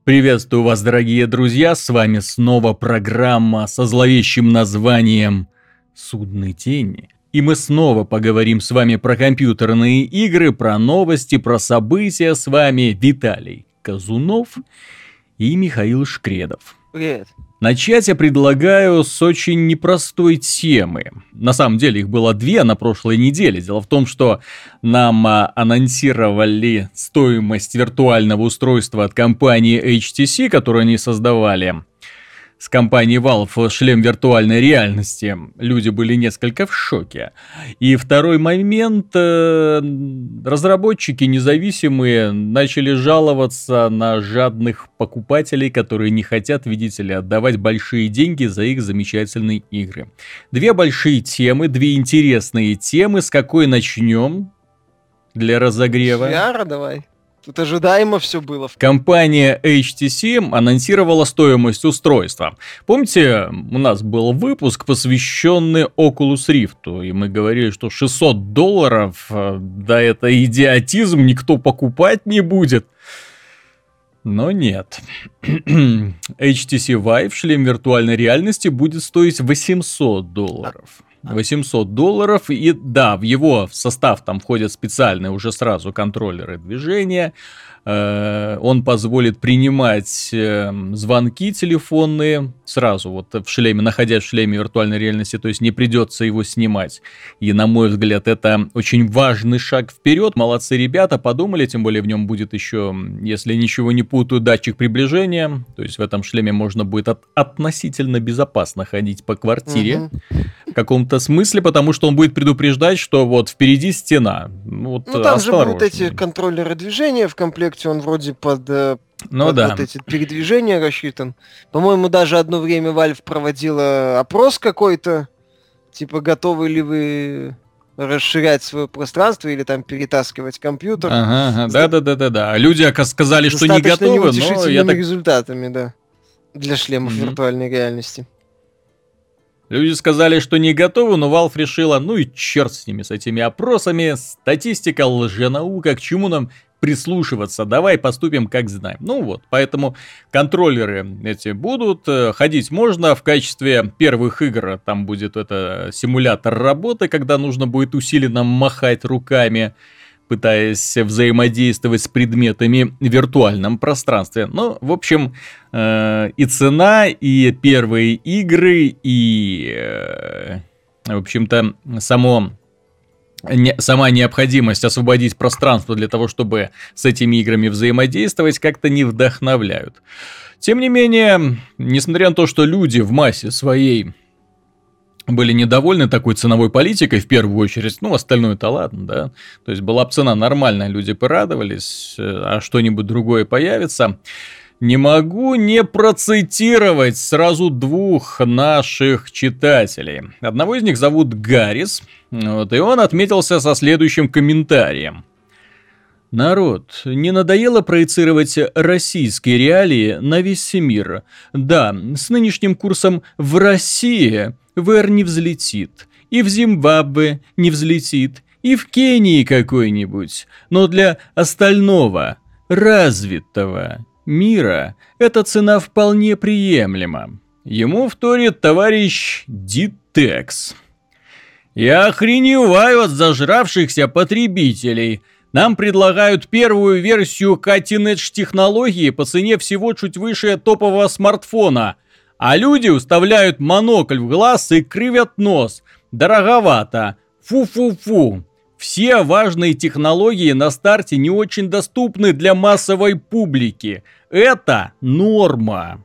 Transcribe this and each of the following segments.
Приветствую вас, дорогие друзья, с вами снова программа со зловещим названием «Судный тени». И мы снова поговорим с вами про компьютерные игры, про новости, про события. С вами Виталий Казунов и Михаил Шкредов. Привет. Начать я предлагаю с очень непростой темы. На самом деле их было две на прошлой неделе. Дело в том, что нам анонсировали стоимость виртуального устройства от компании HTC, которую они создавали. С компанией Valve шлем виртуальной реальности. Люди были несколько в шоке. И второй момент. Разработчики независимые начали жаловаться на жадных покупателей, которые не хотят, видите ли, отдавать большие деньги за их замечательные игры. Две большие темы, две интересные темы. С какой начнем для разогрева? VR давай. Тут ожидаемо все было. Компания HTC анонсировала стоимость устройства. Помните, у нас был выпуск, посвященный Oculus Rift, и мы говорили, что $600, да это идиотизм, никто покупать не будет. Но нет. HTC Vive, шлем виртуальной реальности, будет стоить $800. $800, и да, в его состав там входят специальные уже сразу контроллеры движения. Он позволит принимать звонки телефонные сразу вот в шлеме, находясь в шлеме виртуальной реальности, то есть не придется его снимать. И на мой взгляд, это очень важный шаг вперед. Молодцы ребята, подумали, тем более в нем будет еще, если ничего не путаю, датчик приближения. То есть в этом шлеме можно будет относительно безопасно ходить по квартире. В каком-то смысле, потому что он будет предупреждать, что вот впереди стена. Вот, ну там же будут эти контроллеры движения в комплекте, он вроде под вот эти передвижения рассчитан. По-моему, даже одно время Valve проводила опрос какой-то, типа готовы ли вы расширять свое пространство или там перетаскивать компьютер. Да. Люди сказали, что не готовы, но я так... результатами, да, для шлемов виртуальной реальности. Люди сказали, что не готовы, но Valve решила, ну и черт с ними, с этими опросами, статистика, лженаука, к чему нам прислушиваться, давай поступим как знаем. Ну вот, поэтому контроллеры эти будут, ходить можно в качестве первых игр, там будет это симулятор работы, когда нужно будет усиленно махать руками, пытаясь взаимодействовать с предметами в виртуальном пространстве. Ну, в общем, и цена, и первые игры, и, в общем-то, сама необходимость освободить пространство для того, чтобы с этими играми взаимодействовать, как-то не вдохновляют. Тем не менее, несмотря на то, что люди в массе своей были недовольны такой ценовой политикой, в первую очередь, ну, остальное-то ладно, да, то есть была бы цена нормальная, люди порадовались, а что-нибудь другое появится. Не могу не процитировать сразу двух наших читателей. Одного из них зовут Гаррис, вот, и он отметился со следующим комментарием. Народ, не надоело проецировать российские реалии на весь мир? Да, с нынешним курсом в России VR не взлетит, и в Зимбабве не взлетит, и в Кении какой-нибудь, но для остального развитого мира эта цена вполне приемлема. Ему вторит товарищ Дитекс. Я охреневаю от зажравшихся потребителей. Нам предлагают первую версию Cutting Edge технологии по цене всего чуть выше топового смартфона. А люди уставляют монокль в глаз и кривят нос. Дороговато. Фу-фу-фу. Все важные технологии на старте не очень доступны для массовой публики. Это норма.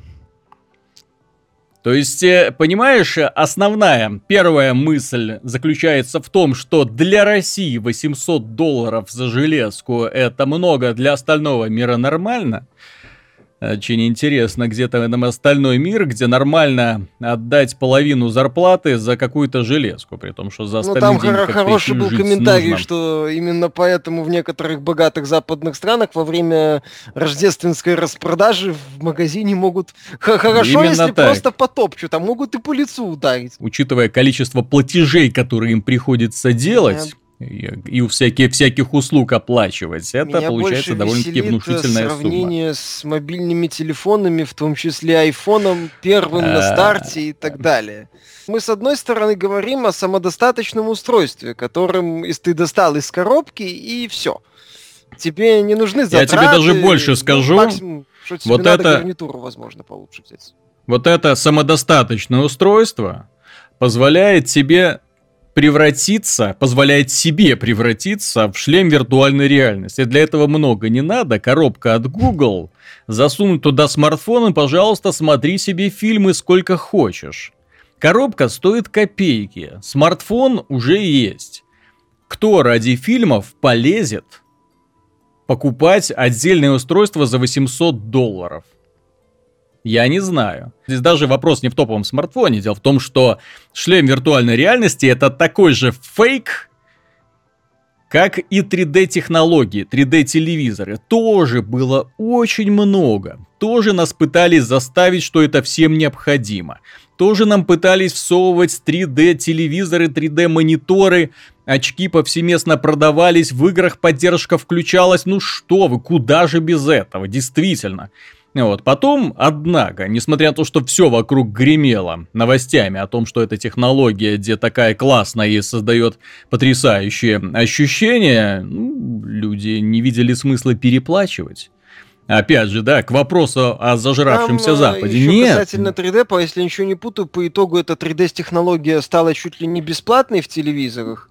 То есть, понимаешь, основная, первая мысль заключается в том, что для России $800 за железку это много, для остального мира нормально. Очень интересно, где-то там остальной мир, где нормально отдать половину зарплаты за какую-то железку, при том, что за остальные деньги как-то хороший был комментарий, нужно. Что именно поэтому в некоторых богатых западных странах во время рождественской распродажи в магазине могут... Хорошо, именно если так. Просто потопчут, а могут и по лицу ударить. Учитывая количество платежей, которые им приходится делать... и всяких услуг оплачивать. Это Меня получается довольно-таки внушительная сравнение с мобильными телефонами, в том числе айфоном первым на старте и так далее. Мы, с одной стороны, говорим о самодостаточном устройстве, которым ты достал из коробки, и все. Тебе не нужны затраты. Я тебе даже больше скажу. Максимум, что тебе вот надо гарнитуру, возможно, получше взять. Вот это самодостаточное устройство позволяет себе превратиться в шлем виртуальной реальности. Для этого много не надо. Коробка от Google, засунуть туда смартфон и, пожалуйста, смотри себе фильмы сколько хочешь. Коробка стоит копейки, смартфон уже есть. Кто ради фильмов полезет покупать отдельное устройство за $800? Я не знаю. Здесь даже вопрос не в топовом смартфоне. Дело в том, что шлем виртуальной реальности это такой же фейк, как и 3D-технологии, 3D-телевизоры. Тоже было очень много. Тоже нас пытались заставить, что это всем необходимо. Тоже нам пытались всовывать 3D-телевизоры, 3D-мониторы. Очки повсеместно продавались, в играх поддержка включалась. Ну что вы, куда же без этого, действительно. Вот. Потом, однако, несмотря на то, что все вокруг гремело новостями о том, что эта технология, где такая классная и создает потрясающие ощущения, люди не видели смысла переплачивать. Опять же, да, к вопросу о зажравшемся Западе. Еще нет. Касательно 3D, если ничего не путаю, по итогу эта 3D-технология стала чуть ли не бесплатной в телевизорах.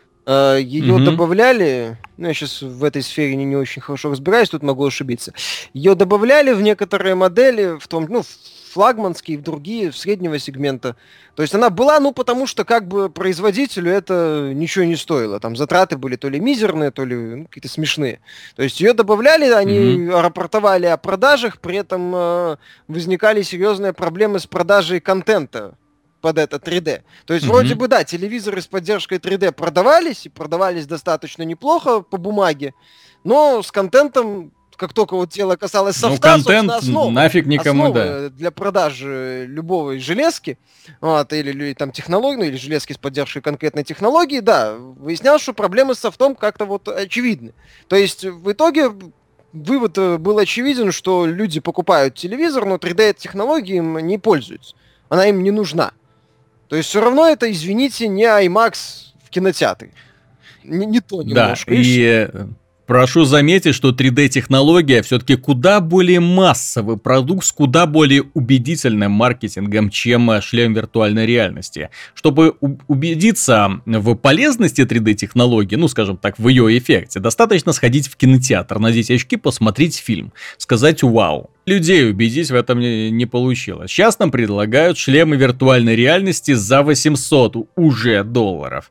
Ее добавляли, я сейчас в этой сфере не очень хорошо разбираюсь, тут могу ошибиться. Ее добавляли в некоторые модели, в том, флагманские, в другие, в среднего сегмента. То есть она была, потому что как бы производителю это ничего не стоило. Там затраты были то ли мизерные, то ли какие-то смешные. То есть ее добавляли, они рапортовали о продажах, при этом возникали серьезные проблемы с продажей контента под это 3D. То есть вроде бы, да, телевизоры с поддержкой 3D продавались, и продавались достаточно неплохо по бумаге, но с контентом, как только вот дело касалось софта, контент нафиг никому, да. Для продажи любого железки, или там технологии, или железки с поддержкой конкретной технологии, да, выяснялось, что проблемы с софтом как-то вот очевидны. То есть в итоге вывод был очевиден, что люди покупают телевизор, но 3D-технологии им не пользуются. Она им не нужна. То есть все равно это, извините, не IMAX в кинотеатре. Не то немножко. Да, и прошу заметить, что 3D-технология все-таки куда более массовый продукт с куда более убедительным маркетингом, чем шлем виртуальной реальности. Чтобы убедиться в полезности 3D-технологии, скажем так, в ее эффекте, достаточно сходить в кинотеатр, надеть очки, посмотреть фильм, сказать «Вау». Людей убедить в этом не получилось. Сейчас нам предлагают шлемы виртуальной реальности за $800 уже долларов.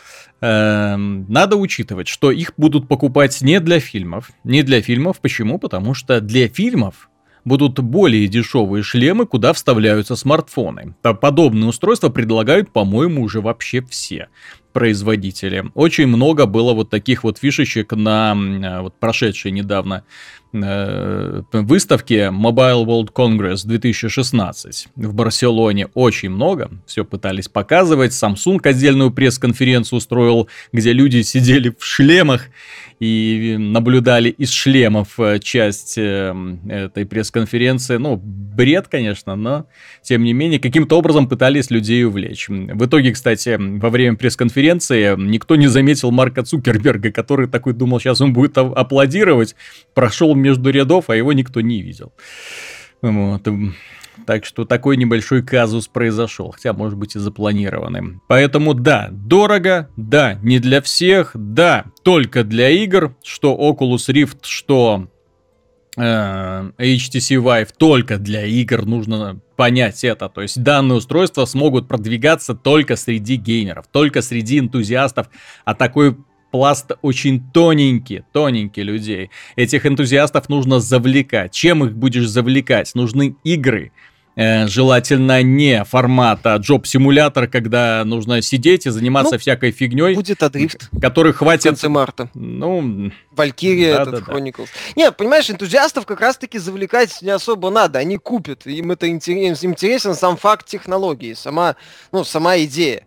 Надо учитывать, что их будут покупать не для фильмов. Не для фильмов. Почему? Потому что для фильмов будут более дешевые шлемы, куда вставляются смартфоны. Подобные устройства предлагают, по-моему, уже вообще все производители. Очень много было вот таких вот фишечек на вот прошедшей недавно выставке Mobile World Congress 2016 в Барселоне. Очень много. Все пытались показывать. Samsung отдельную пресс-конференцию устроил, где люди сидели в шлемах и наблюдали из шлемов часть этой пресс-конференции. Бред, конечно, но тем не менее каким-то образом пытались людей увлечь. В итоге, кстати, во время пресс-конференции никто не заметил Марка Цукерберга, который такой думал, сейчас он будет аплодировать, прошел между рядов, а его никто не видел. Вот. Так что такой небольшой казус произошел, хотя, может быть, и запланированный. Поэтому да, дорого, да, не для всех, да, только для игр, что Oculus Rift, что HTC Vive только для игр, нужно понять это. То есть данные устройства смогут продвигаться только среди геймеров, только среди энтузиастов, а такой пласт очень тоненький людей. Этих энтузиастов нужно завлекать. Чем их будешь завлекать? Нужны игры. Желательно не формата джоб-симулятор, когда нужно сидеть и заниматься всякой фигней. Будет Адрифт. Который хватит... В конце марта. Валькирия, Chronicles. Нет, понимаешь, энтузиастов как раз-таки завлекать не особо надо. Они купят. Им это интересен сам факт технологии, сама идея.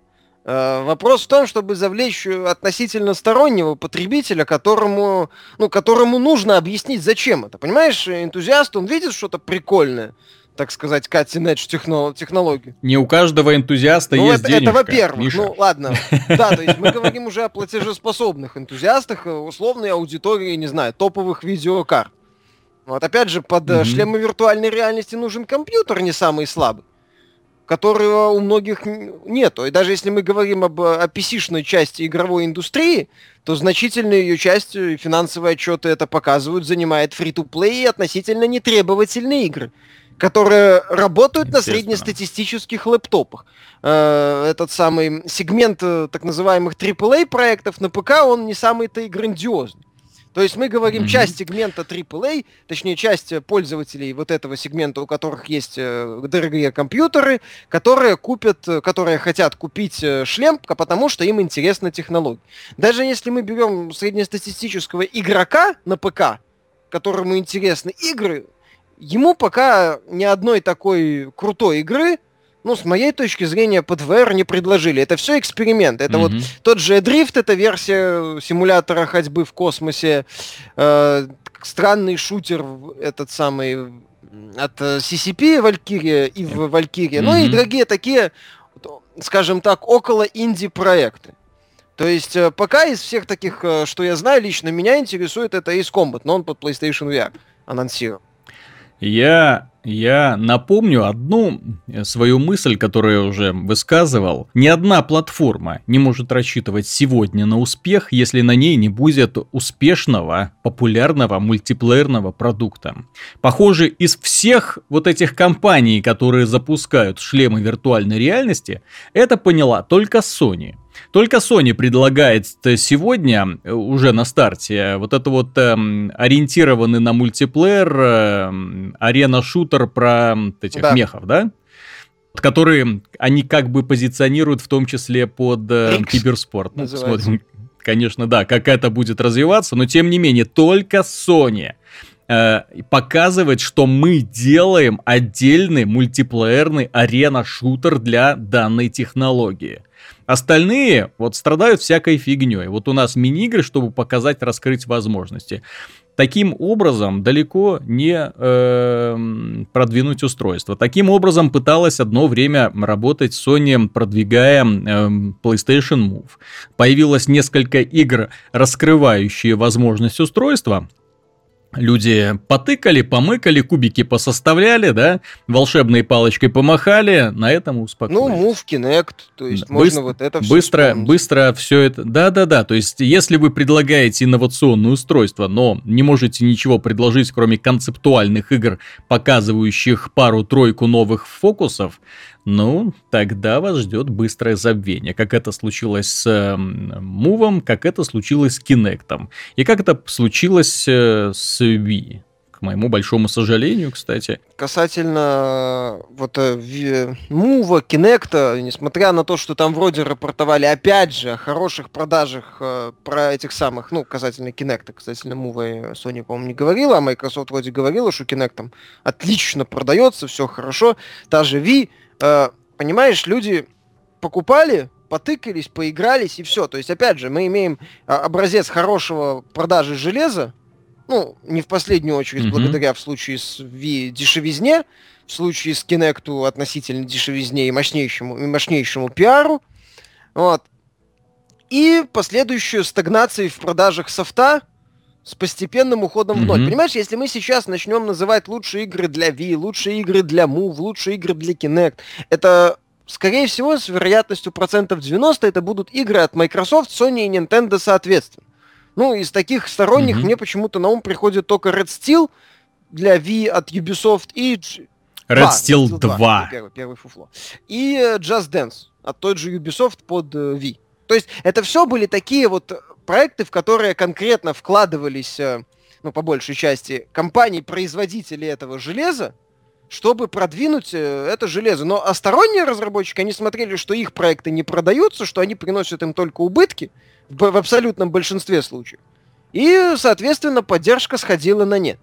Вопрос в том, чтобы завлечь относительно стороннего потребителя, которому нужно объяснить, зачем это. Понимаешь, энтузиаст, он видит что-то прикольное, так сказать, cutting-edge технологию. Не у каждого энтузиаста есть денежка. Это во-первых. Миша. Ну, ладно. Да, то есть мы говорим уже о платежеспособных энтузиастах, условной аудитории, не знаю, топовых видеокарт. Вот опять же, под шлемы виртуальной реальности нужен компьютер не самый слабый, которого у многих нету. И даже если мы говорим об PC-шной части игровой индустрии, то значительную ее часть, финансовые отчеты это показывают, занимает фри-то-плей и относительно нетребовательные игры, которые работают на среднестатистических лэптопах. Этот самый сегмент так называемых AAA проектов на ПК, он не самый-то и грандиозный. То есть мы говорим часть сегмента AAA, точнее часть пользователей вот этого сегмента, у которых есть дорогие компьютеры, которые хотят купить шлем, потому что им интересна технология. Даже если мы берем среднестатистического игрока на ПК, которому интересны игры, ему пока ни одной такой крутой игры, с моей точки зрения, под VR не предложили. Это все эксперимент. Это вот тот же Drift, это версия симулятора ходьбы в космосе, странный шутер этот самый от CCP Valkyria и в Valkyria, ну и другие такие, скажем так, около инди-проекты. То есть пока из всех таких, что я знаю, лично меня интересует это Ace Combat, но он под PlayStation VR анонсирован. Я напомню одну свою мысль, которую я уже высказывал. Ни одна платформа не может рассчитывать сегодня на успех, если на ней не будет успешного, популярного мультиплеерного продукта. Похоже, из всех вот этих компаний, которые запускают шлемы виртуальной реальности, это поняла только Sony. Только Sony предлагает сегодня, уже на старте, вот это вот ориентированный на мультиплеер, арена-шутер про этих мехов, да? Которые они как бы позиционируют в том числе под киберспорт. Ну, посмотрим, конечно, да, как это будет развиваться, но тем не менее, только Sony показывает, что мы делаем отдельный мультиплеерный арена-шутер для данной технологии. Остальные вот страдают всякой фигней. Вот у нас мини-игры, чтобы показать, раскрыть возможности. Таким образом далеко не продвинуть устройство. Таким образом пыталась одно время работать Sony, продвигая PlayStation Move. Появилось несколько игр, раскрывающие возможность устройства. Люди потыкали, помыкали, кубики посоставляли, да, волшебной палочкой помахали, на этом успокоились. Ну, Move, Kinect, то есть можно вот это все быстро все это, да, то есть если вы предлагаете инновационное устройство, но не можете ничего предложить, кроме концептуальных игр, показывающих пару-тройку новых фокусов, ну, тогда вас ждет быстрое забвение, как это случилось с Move, как это случилось с Kinect, и как это случилось с Wii, к моему большому сожалению, кстати. Касательно вот Move, Kinect, несмотря на то, что там вроде рапортовали, опять же, о хороших продажах про этих самых, касательно Kinect, касательно Move Sony, по-моему, не говорила, а Microsoft вроде говорила, что Kinect там отлично продается, все хорошо, та же Wii. Понимаешь, люди покупали, потыкались, поигрались и все. То есть, опять же, мы имеем образец хорошего продажи железа, не в последнюю очередь, благодаря в случае с Wii дешевизне, в случае с Kinect относительно дешевизне и мощнейшему пиару. Вот. И последующую стагнацию в продажах софта с постепенным уходом в ноль. Понимаешь, если мы сейчас начнем называть лучшие игры для Wii, лучшие игры для Move, лучшие игры для Kinect, это, скорее всего, с вероятностью 90% это будут игры от Microsoft, Sony и Nintendo соответственно. Из таких сторонних мне почему-то на ум приходит только Red Steel для Wii от Ubisoft и... Red Steel 2. Первый фуфло. И Just Dance от той же Ubisoft под Wii. То есть это все были такие вот проекты, в которые конкретно вкладывались, по большей части, компании-производители этого железа, чтобы продвинуть это железо. Но сторонние разработчики, они смотрели, что их проекты не продаются, что они приносят им только убытки в абсолютном большинстве случаев. И, соответственно, поддержка сходила на нет.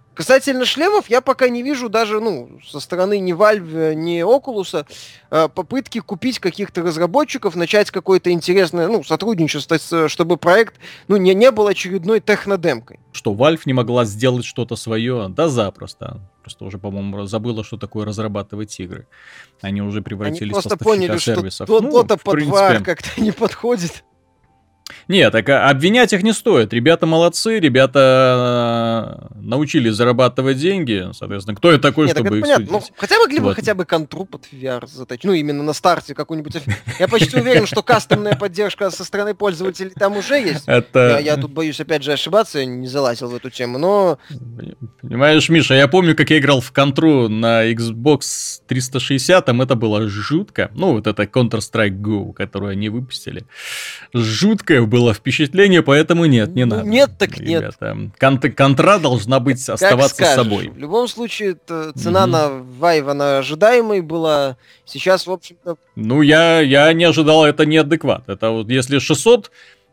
Касательно шлемов, я пока не вижу даже, со стороны ни Valve, ни Oculus попытки купить каких-то разработчиков, начать какое-то интересное, сотрудничество, чтобы проект, не был очередной технодемкой. Что, Valve не могла сделать что-то свое? Да, запросто. Просто уже, по-моему, забыла, что такое разрабатывать игры. Они уже превратились в поставщика сервисов. Они просто поняли, что Dota под VR как-то не подходит. Нет, так обвинять их не стоит. Ребята молодцы, ребята научились зарабатывать деньги. Соответственно, кто я такой, чтобы их судить? Хотя могли бы хотя бы контру под VR заточить. Именно на старте какую-нибудь... Я почти уверен, что кастомная поддержка со стороны пользователей там уже есть. Я тут боюсь, опять же, ошибаться, я не залазил в эту тему, но... Понимаешь, Миша, я помню, как я играл в контру на Xbox 360, там это было жутко. Вот это Counter-Strike Go, которую они выпустили. Жуткое было впечатление, поэтому нет, не надо. Нет, так ребята. Нет. Контра должна быть оставаться собой. В любом случае, цена на Vive, она ожидаемой была. Сейчас, в общем-то... Я не ожидал, это неадекват. Это вот если $600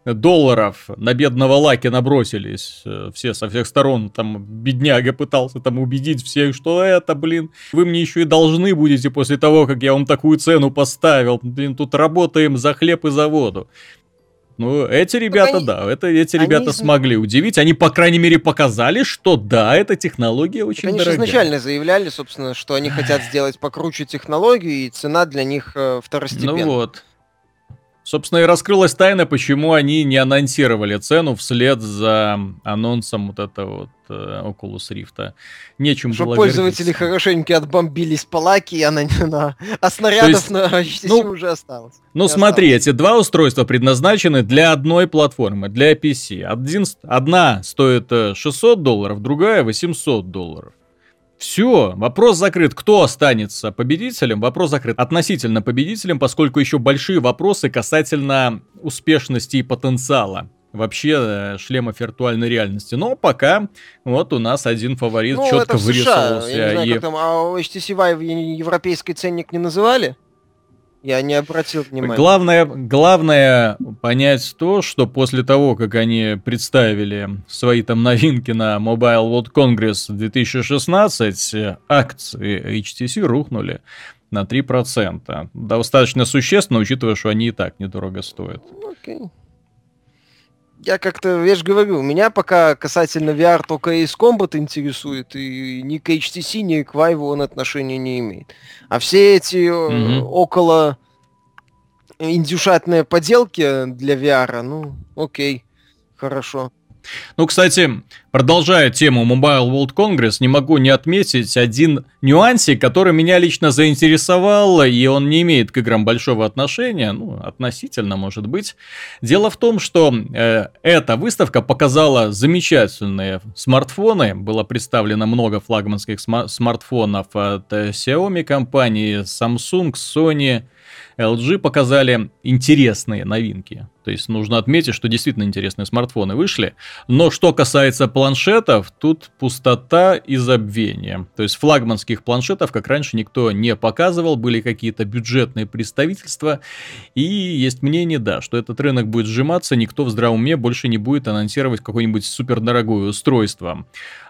на бедного Лаки набросились все со всех сторон, там бедняга пытался там убедить всех, что вы мне еще и должны будете после того, как я вам такую цену поставил. Тут работаем за хлеб и за воду. Эти ребята, эти ребята смогли удивить. Они, по крайней мере, показали, что да, эта технология очень дорогая. Они же изначально заявляли, собственно, что они хотят сделать покруче технологию, и цена для них второстепенная. Собственно, и раскрылась тайна, почему они не анонсировали цену вслед за анонсом Oculus Rift. Нечем что было пользователи гордиться. хорошенько отбомбились по Лаки, а снарядов на HTC уже осталось. Смотри, эти два устройства предназначены для одной платформы, для PC. Одна стоит $600, другая $800. Все, вопрос закрыт. Кто останется победителем? Вопрос закрыт относительно победителем, поскольку еще большие вопросы касательно успешности и потенциала вообще шлемов виртуальной реальности. Но пока у нас один фаворит четко вырисовался. Я не знаю, как там, HTC Vive европейский ценник не называли? Я не обратил внимания. Главное понять то, что после того, как они представили свои там новинки на Mobile World Congress 2016, акции HTC рухнули на 3%. Достаточно существенно, учитывая, что они и так недорого стоят. Окей. Я же говорю, меня пока касательно VR только Ace Combat интересует, и ни к HTC, ни к Vive он отношения не имеет. А все эти около индюшатные поделки для VR, окей, хорошо. Кстати, продолжая тему Mobile World Congress, не могу не отметить один нюансик, который меня лично заинтересовал, и он не имеет к играм большого отношения, относительно, может быть. Дело в том, что эта выставка показала замечательные смартфоны, было представлено много флагманских смартфонов от Xiaomi компании, Samsung, Sony, LG показали интересные новинки. То есть нужно отметить, что действительно интересные смартфоны вышли. Но что касается планшетов, тут пустота и забвение. То есть флагманских планшетов, как раньше, никто не показывал. Были какие-то бюджетные представительства. И есть мнение, что этот рынок будет сжиматься. Никто в здравом уме больше не будет анонсировать какое-нибудь супердорогое устройство.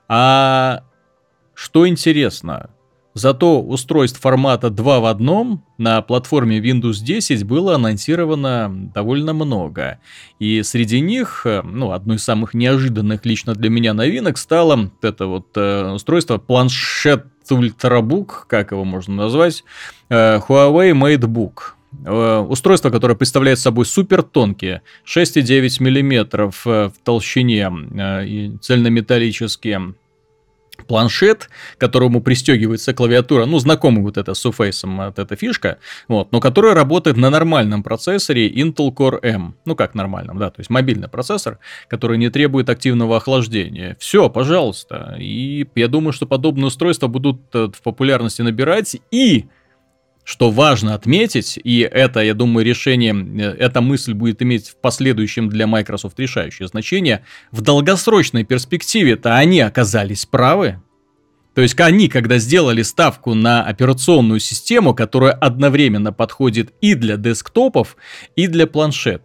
А что интересно... Зато устройств формата 2 в 1 на платформе Windows 10 было анонсировано довольно много. И среди них, одной из самых неожиданных лично для меня новинок стало устройство планшет Ultrabook, как его можно назвать, Huawei MateBook. Устройство, которое представляет собой супер тонкие 6,9 мм в толщине и цельнометаллические. Планшет, к которому пристегивается клавиатура, знакомый это с Surface, эта фишка, но который работает на нормальном процессоре Intel Core M. Как нормальном, то есть мобильный процессор, который не требует активного охлаждения. Все, пожалуйста. И я думаю, что подобные устройства будут в популярности набирать. И, что важно отметить, и это, я думаю, эта мысль будет иметь в последующем для Microsoft решающее значение, в долгосрочной перспективе-то они оказались правы. То есть они, когда сделали ставку на операционную систему, которая одновременно подходит и для десктопов, и для планшетов,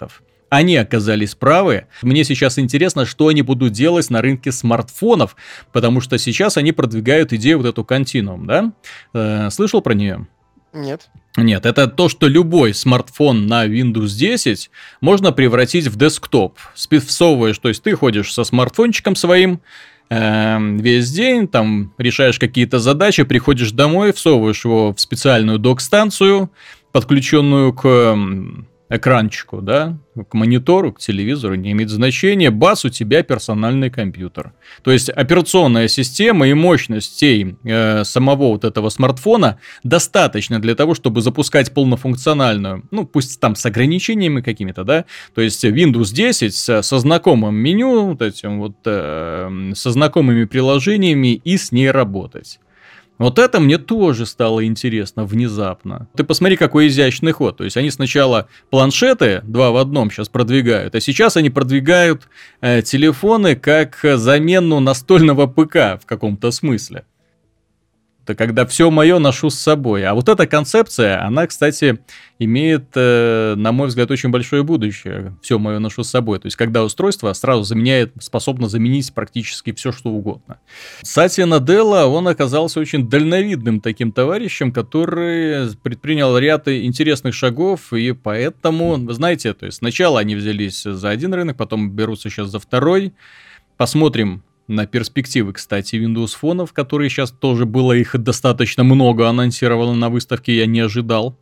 они оказались правы. Мне сейчас интересно, что они будут делать на рынке смартфонов, потому что сейчас они продвигают идею вот эту Continuum, да? Слышал про нее? Нет. Нет, это то, что любой смартфон на Windows 10 можно превратить в десктоп. Всовываешь, то есть ты ходишь со смартфончиком своим весь день, там решаешь какие-то задачи, приходишь домой, всовываешь его в специальную док-станцию, подключенную к экранчику, да, к монитору, к телевизору, не имеет значения, бац, у тебя персональный компьютер. То есть операционная система и мощностей самого вот этого смартфона достаточно для того, чтобы запускать полнофункциональную, ну, пусть там с ограничениями какими-то, да, то есть Windows 10 со знакомым меню, вот этим вот, со знакомыми приложениями и с ней работать. Вот это мне тоже стало интересно внезапно. Ты посмотри, какой изящный ход. То есть они сначала планшеты 2 в 1 сейчас продвигают, а сейчас они продвигают телефоны как замену настольного ПК в каком-то смысле. Это когда все мое ношу с собой. А вот эта концепция, она, кстати, имеет, на мой взгляд, очень большое будущее. Все мое ношу с собой. То есть, когда устройство сразу способно заменить практически все, что угодно. Сатья Наделла, он оказался очень дальновидным таким товарищем, который предпринял ряд интересных шагов, и поэтому, вы знаете, то есть сначала они взялись за один рынок, потом берутся сейчас за второй. Посмотрим на перспективы, кстати, Windows фонов, которые сейчас тоже было их достаточно много анонсировано на выставке, я не ожидал.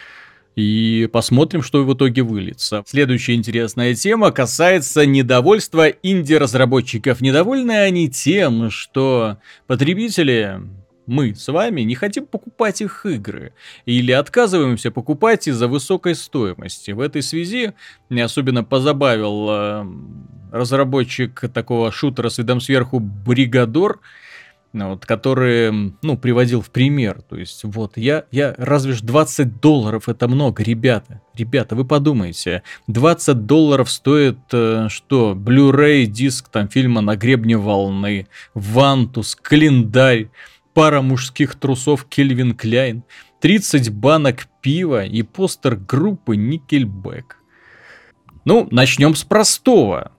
И посмотрим, что в итоге выльется. Следующая интересная тема касается недовольства инди-разработчиков. Недовольны они тем, что потребители, мы с вами, не хотим покупать их игры. Или отказываемся покупать из-за высокой стоимости. В этой связи меня особенно позабавил разработчик такого шутера с видом сверху Бригадор, вот, который, ну, приводил в пример. То есть, вот, я разве ж $20 это много, ребята. Ребята, вы подумайте, $20 стоит, что, Blu-ray диск там фильма «На гребне волны», вантус, календарь, пара мужских трусов Кельвин Кляйн, 30 банок пива и постер группы Nickelback. Ну, начнем с простого.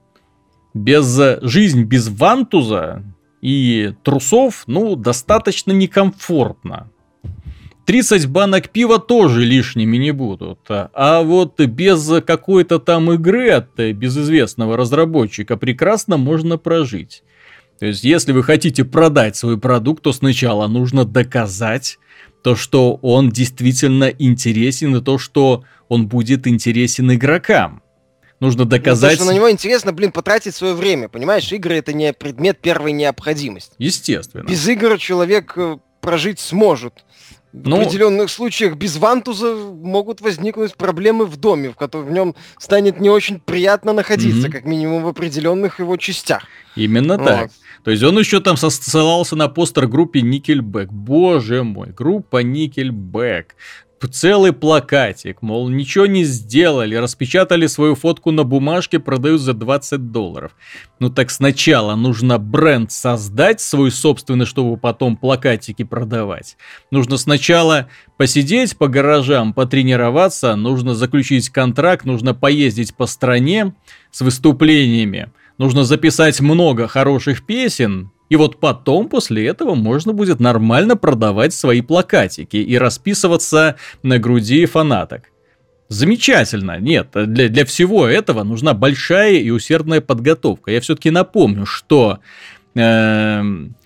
Жизнь без вантуза и трусов, ну, достаточно некомфортно. 30 банок пива тоже лишними не будут. А вот без какой-то там игры от безызвестного разработчика прекрасно можно прожить. То есть, если вы хотите продать свой продукт, то сначала нужно доказать то, что он действительно интересен, и то, что он будет интересен игрокам. Нужно доказать... То, что на него интересно, потратить свое время, понимаешь? Игры — это не предмет первой необходимости. Естественно. Без игр человек прожить сможет. В определенных случаях без вантуза могут возникнуть проблемы в доме, в нем станет не очень приятно находиться, как минимум в определенных его частях. Именно так. То есть он еще там ссылался на постер группе Nickelback. Боже мой, группа Nickelback. Целый плакатик, мол, ничего не сделали, распечатали свою фотку на бумажке, продают за $20. Ну так сначала нужно бренд создать свой собственный, чтобы потом плакатики продавать. Нужно сначала посидеть по гаражам, потренироваться, нужно заключить контракт, нужно поездить по стране с выступлениями, нужно записать много хороших песен. И вот потом, после этого, можно будет нормально продавать свои плакатики и расписываться на груди фанаток. Замечательно. Нет, для всего этого нужна большая и усердная подготовка. Я все-таки напомню, что Джонатан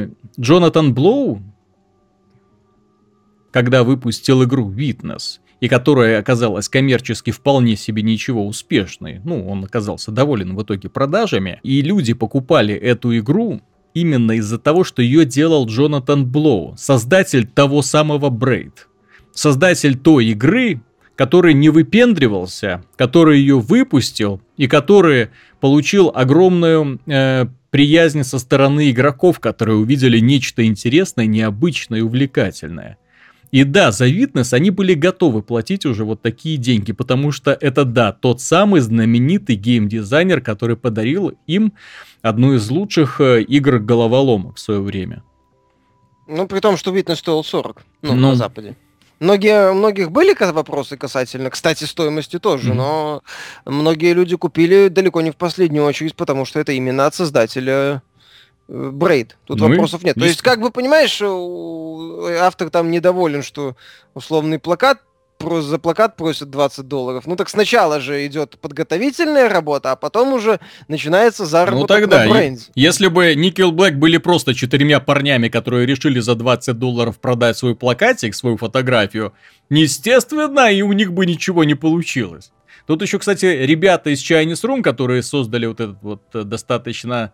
Блоу, когда выпустил игру Witness, и которая оказалась коммерчески вполне себе ничего успешной, ну, он оказался доволен в итоге продажами, и люди покупали эту игру именно из-за того, что ее делал Джонатан Блоу, создатель того самого Braid. Создатель той игры, который не выпендривался, который ее выпустил и который получил огромную приязнь со стороны игроков, которые увидели нечто интересное, необычное и увлекательное. И да, за Witness они были готовы платить уже вот такие деньги, потому что это, да, тот самый знаменитый геймдизайнер, который подарил им одну из лучших игр-головоломок в свое время. Ну, при том, что Witness стоил 40, на Западе. Многих были вопросы касательно, кстати, стоимости тоже, но многие люди купили далеко не в последнюю очередь, потому что это именно от создателя Braid. Тут вопросов нет. То есть, как бы, понимаешь, автор там недоволен, что условный плакат, за плакат просят $20. Ну так сначала же идет подготовительная работа, а потом уже начинается заработок на бренде. Если бы Nickelback были просто 4 парнями, которые решили за $20 продать свой плакатик, свою фотографию, естественно, и у них бы ничего не получилось. Тут еще, кстати, ребята из Chinese Room, которые создали вот этот вот достаточно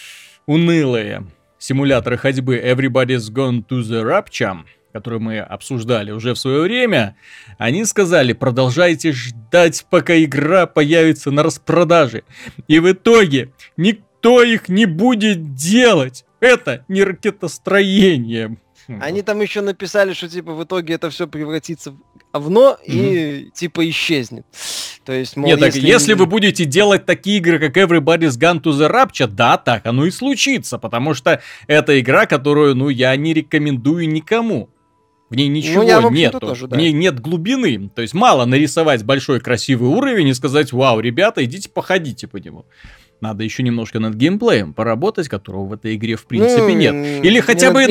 унылые симуляторы ходьбы Everybody's Gone to the Rapture, который мы обсуждали уже в свое время, они сказали: продолжайте ждать, пока игра появится на распродаже. И в итоге никто их не будет делать. Это не ракетостроение. Они там еще написали, что типа в итоге это все превратится в говно и типа исчезнет. То есть, мол, нет, если вы будете делать такие игры, как Everybody's Gone to the Rapture, да, так оно и случится, потому что это игра, которую, я не рекомендую никому. В ней ничего нету, тоже, да. В ней нет глубины. То есть мало нарисовать большой красивый уровень и сказать: вау, ребята, идите походите по нему. Надо еще немножко над геймплеем поработать, которого в этой игре в принципе нет. Или хотя бы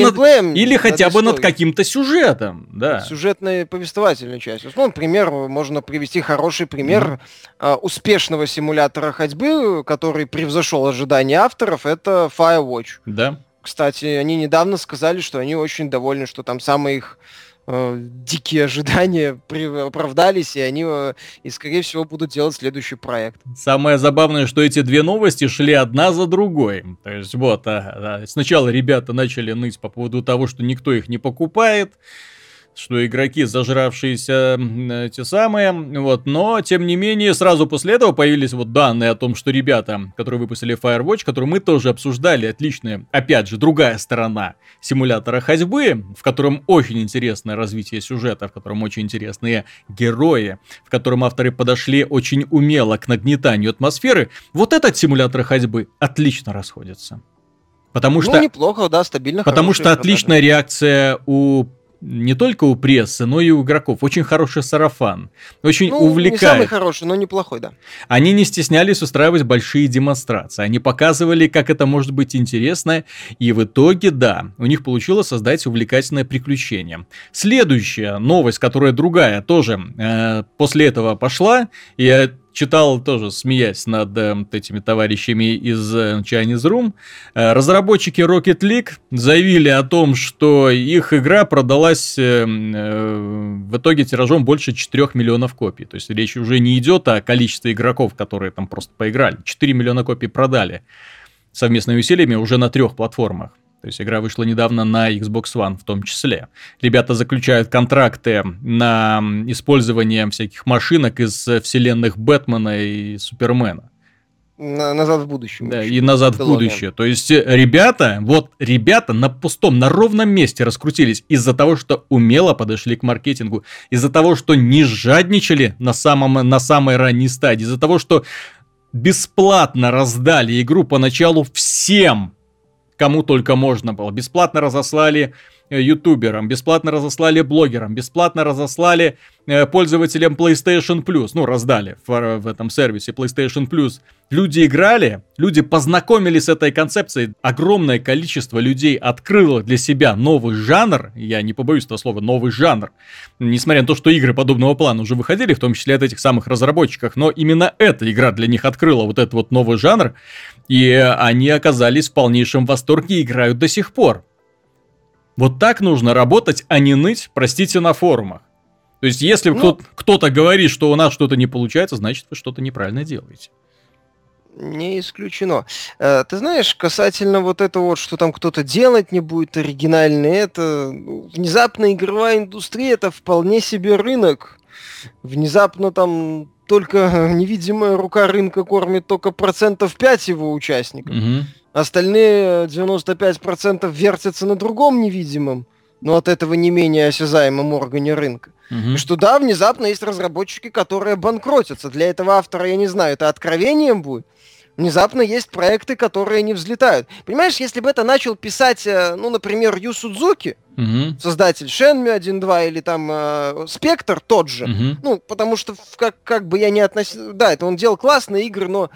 над каким-то сюжетом. Да. Сюжетной повествовательной частью. Ну, например, можно привести хороший пример успешного симулятора ходьбы, который превзошел ожидания авторов, это Firewatch. Да. Кстати, они недавно сказали, что они очень довольны, что там самые их дикие ожидания оправдались, и они, и, скорее всего, будут делать следующий проект. Самое забавное, что эти две новости шли одна за другой. То есть, вот, сначала ребята начали ныть по поводу того, что никто их не покупает, что игроки зажравшиеся те самые, вот, но, тем не менее, сразу после этого появились вот данные о том, что ребята, которые выпустили Firewatch, который мы тоже обсуждали, отличная, опять же, другая сторона симулятора ходьбы, в котором очень интересное развитие сюжета, в котором очень интересные герои, в котором авторы подошли очень умело к нагнетанию атмосферы, вот этот симулятор ходьбы отлично расходится. Потому что... неплохо, да, стабильно. Потому что отличная реакция не только у прессы, но и у игроков. Очень хороший сарафан. Очень увлекает. Не самый хороший, но неплохой, да. Они не стеснялись устраивать большие демонстрации. Они показывали, как это может быть интересно. И в итоге, да, у них получилось создать увлекательное приключение. Следующая новость, которая другая, тоже после этого пошла. Я читал тоже, смеясь над этими товарищами из Chinese Room. Разработчики Rocket League заявили о том, что их игра продалась в итоге тиражом больше 4 миллионов копий. То есть речь уже не идет о количестве игроков, которые там просто поиграли. 4 миллиона копий продали совместными усилиями уже на 3 платформах. То есть игра вышла недавно на Xbox One в том числе. Ребята заключают контракты на использование всяких машинок из вселенных Бэтмена и Супермена. Назад в будущее. Да, и назад в будущее. То есть ребята на пустом, на ровном месте раскрутились из-за того, что умело подошли к маркетингу, из-за того, что не жадничали на самой ранней стадии, из-за того, что бесплатно раздали игру поначалу всем, кому только можно было. Бесплатно разослали ютуберам, бесплатно разослали блогерам, бесплатно разослали пользователям PlayStation Plus. Ну, раздали в этом сервисе PlayStation Plus. Люди играли, люди познакомились с этой концепцией. Огромное количество людей открыло для себя новый жанр. Я не побоюсь этого слова, новый жанр. Несмотря на то, что игры подобного плана уже выходили, в том числе от этих самых разработчиков. Но именно эта игра для них открыла вот этот вот новый жанр. И они оказались в полнейшем восторге и играют до сих пор. Вот так нужно работать, а не ныть, простите, на форумах. То есть, если кто-то говорит, что у нас что-то не получается, значит, вы что-то неправильно делаете. Не исключено. Ты знаешь, касательно вот этого вот, что там кто-то делать не будет оригинально, это внезапно игровая индустрия, это вполне себе рынок. Внезапно там только невидимая рука рынка кормит только 5% его участников. Угу. Остальные 95% вертятся на другом невидимом, но от этого не менее осязаемом органе рынка. Угу. И что да, внезапно есть разработчики, которые банкротятся. Для этого автора, я не знаю, это откровением будет. Внезапно есть проекты, которые не взлетают. Понимаешь, если бы это начал писать, например, Ю Судзуки, Создатель Shenmue 1.2 или там Spectre тот же. Ну, потому что как бы я не относил... Да, это он делал классные игры, но,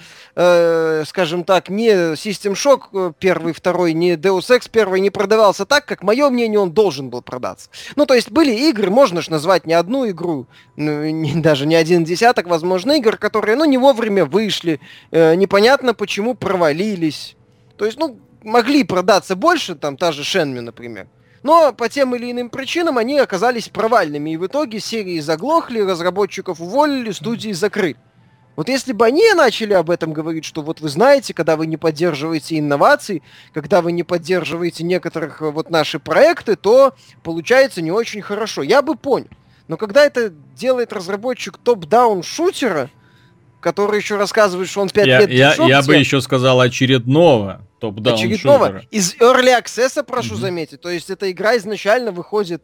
скажем так, не System Shock 1, 2, не Deus Ex 1 не продавался так, как, мое мнение, он должен был продаться. Ну, то есть были игры, можно же назвать не одну игру, даже не один десяток, возможно, игр, которые, не вовремя вышли, непонятно почему провалились. То есть, могли продаться больше, там, та же Shenmue, например. Но по тем или иным причинам они оказались провальными, и в итоге серии заглохли, разработчиков уволили, студии закрыли. Вот если бы они начали об этом говорить, что вот вы знаете, когда вы не поддерживаете инноваций, когда вы не поддерживаете некоторых вот наши проекты, то получается не очень хорошо. Я бы понял. Но когда это делает разработчик топ-даун шутера, который еще рассказывает, что он 5 лет... Я бы еще сказал очередного топ-даун шутера. Из Early Access, прошу заметить. То есть эта игра изначально выходит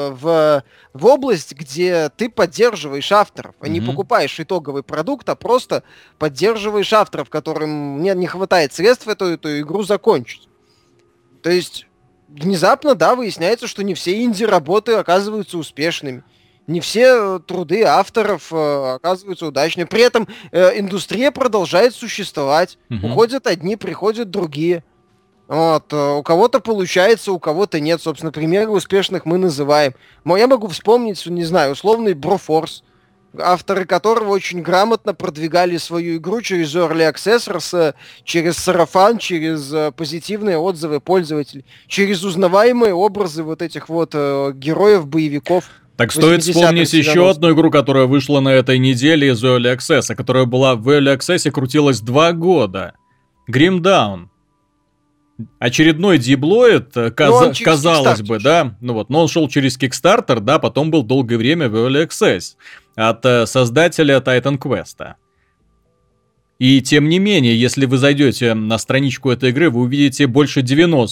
в область, где ты поддерживаешь авторов, а не покупаешь итоговый продукт, а просто поддерживаешь авторов, которым не хватает средств эту игру закончить. То есть внезапно, да, выясняется, что не все инди-работы оказываются успешными. Не все труды авторов оказываются удачными. При этом индустрия продолжает существовать. Уходят одни, приходят другие. Вот. У кого-то получается, у кого-то нет. Собственно, примеры успешных мы называем. Я могу вспомнить, не знаю, условный Broforce, авторы которого очень грамотно продвигали свою игру через Early Access, через сарафан, через позитивные отзывы пользователей, через узнаваемые образы вот этих вот героев-боевиков. Так стоит вспомнить еще одну игру, которая вышла на этой неделе из Early Access, которая была в Early Access, крутилась 2 года. Grim Dawn. Очередной диблоид, казалось бы, да, но он шел через Kickstarter, да, потом был долгое время в Early Access от создателя Titan Quest. И тем не менее, если вы зайдете на страничку этой игры, вы увидите больше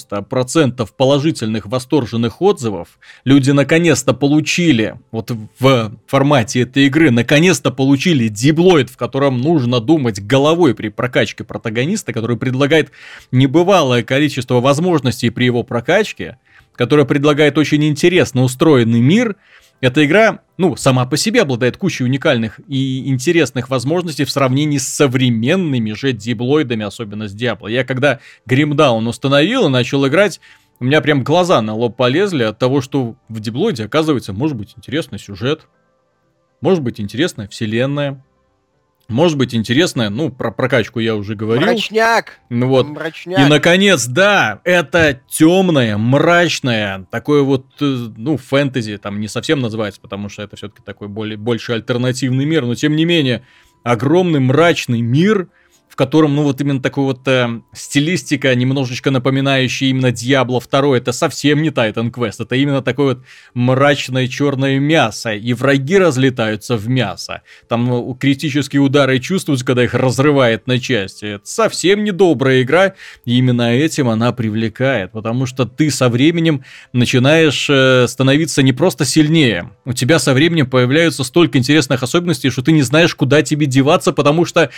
90% положительных, восторженных отзывов. Люди наконец-то получили, вот в формате этой игры, наконец-то получили диблоид, в котором нужно думать головой при прокачке протагониста, который предлагает небывалое количество возможностей при его прокачке, который предлагает очень интересно устроенный мир. Эта игра, сама по себе обладает кучей уникальных и интересных возможностей в сравнении с современными же диблоидами, особенно с Diablo. Я когда Grim Dawn установил и начал играть, у меня прям глаза на лоб полезли от того, что в диблоиде, оказывается, может быть интересный сюжет, может быть интересная вселенная, может быть интересная, про прокачку я уже говорил. Мрачняк! Мрачняк. И, наконец, да, это темное, мрачное, такое вот, фэнтези, там не совсем называется, потому что это все-таки такой больше альтернативный мир, но, тем не менее, огромный мрачный мир, в котором, именно такой вот стилистика, немножечко напоминающая именно Diablo 2, это совсем не Titan Quest, это именно такое вот мрачное черное мясо, и враги разлетаются в мясо. Там критические удары чувствуются, когда их разрывает на части. Это совсем не добрая игра, и именно этим она привлекает, потому что ты со временем начинаешь становиться не просто сильнее, у тебя со временем появляются столько интересных особенностей, что ты не знаешь, куда тебе деваться, потому что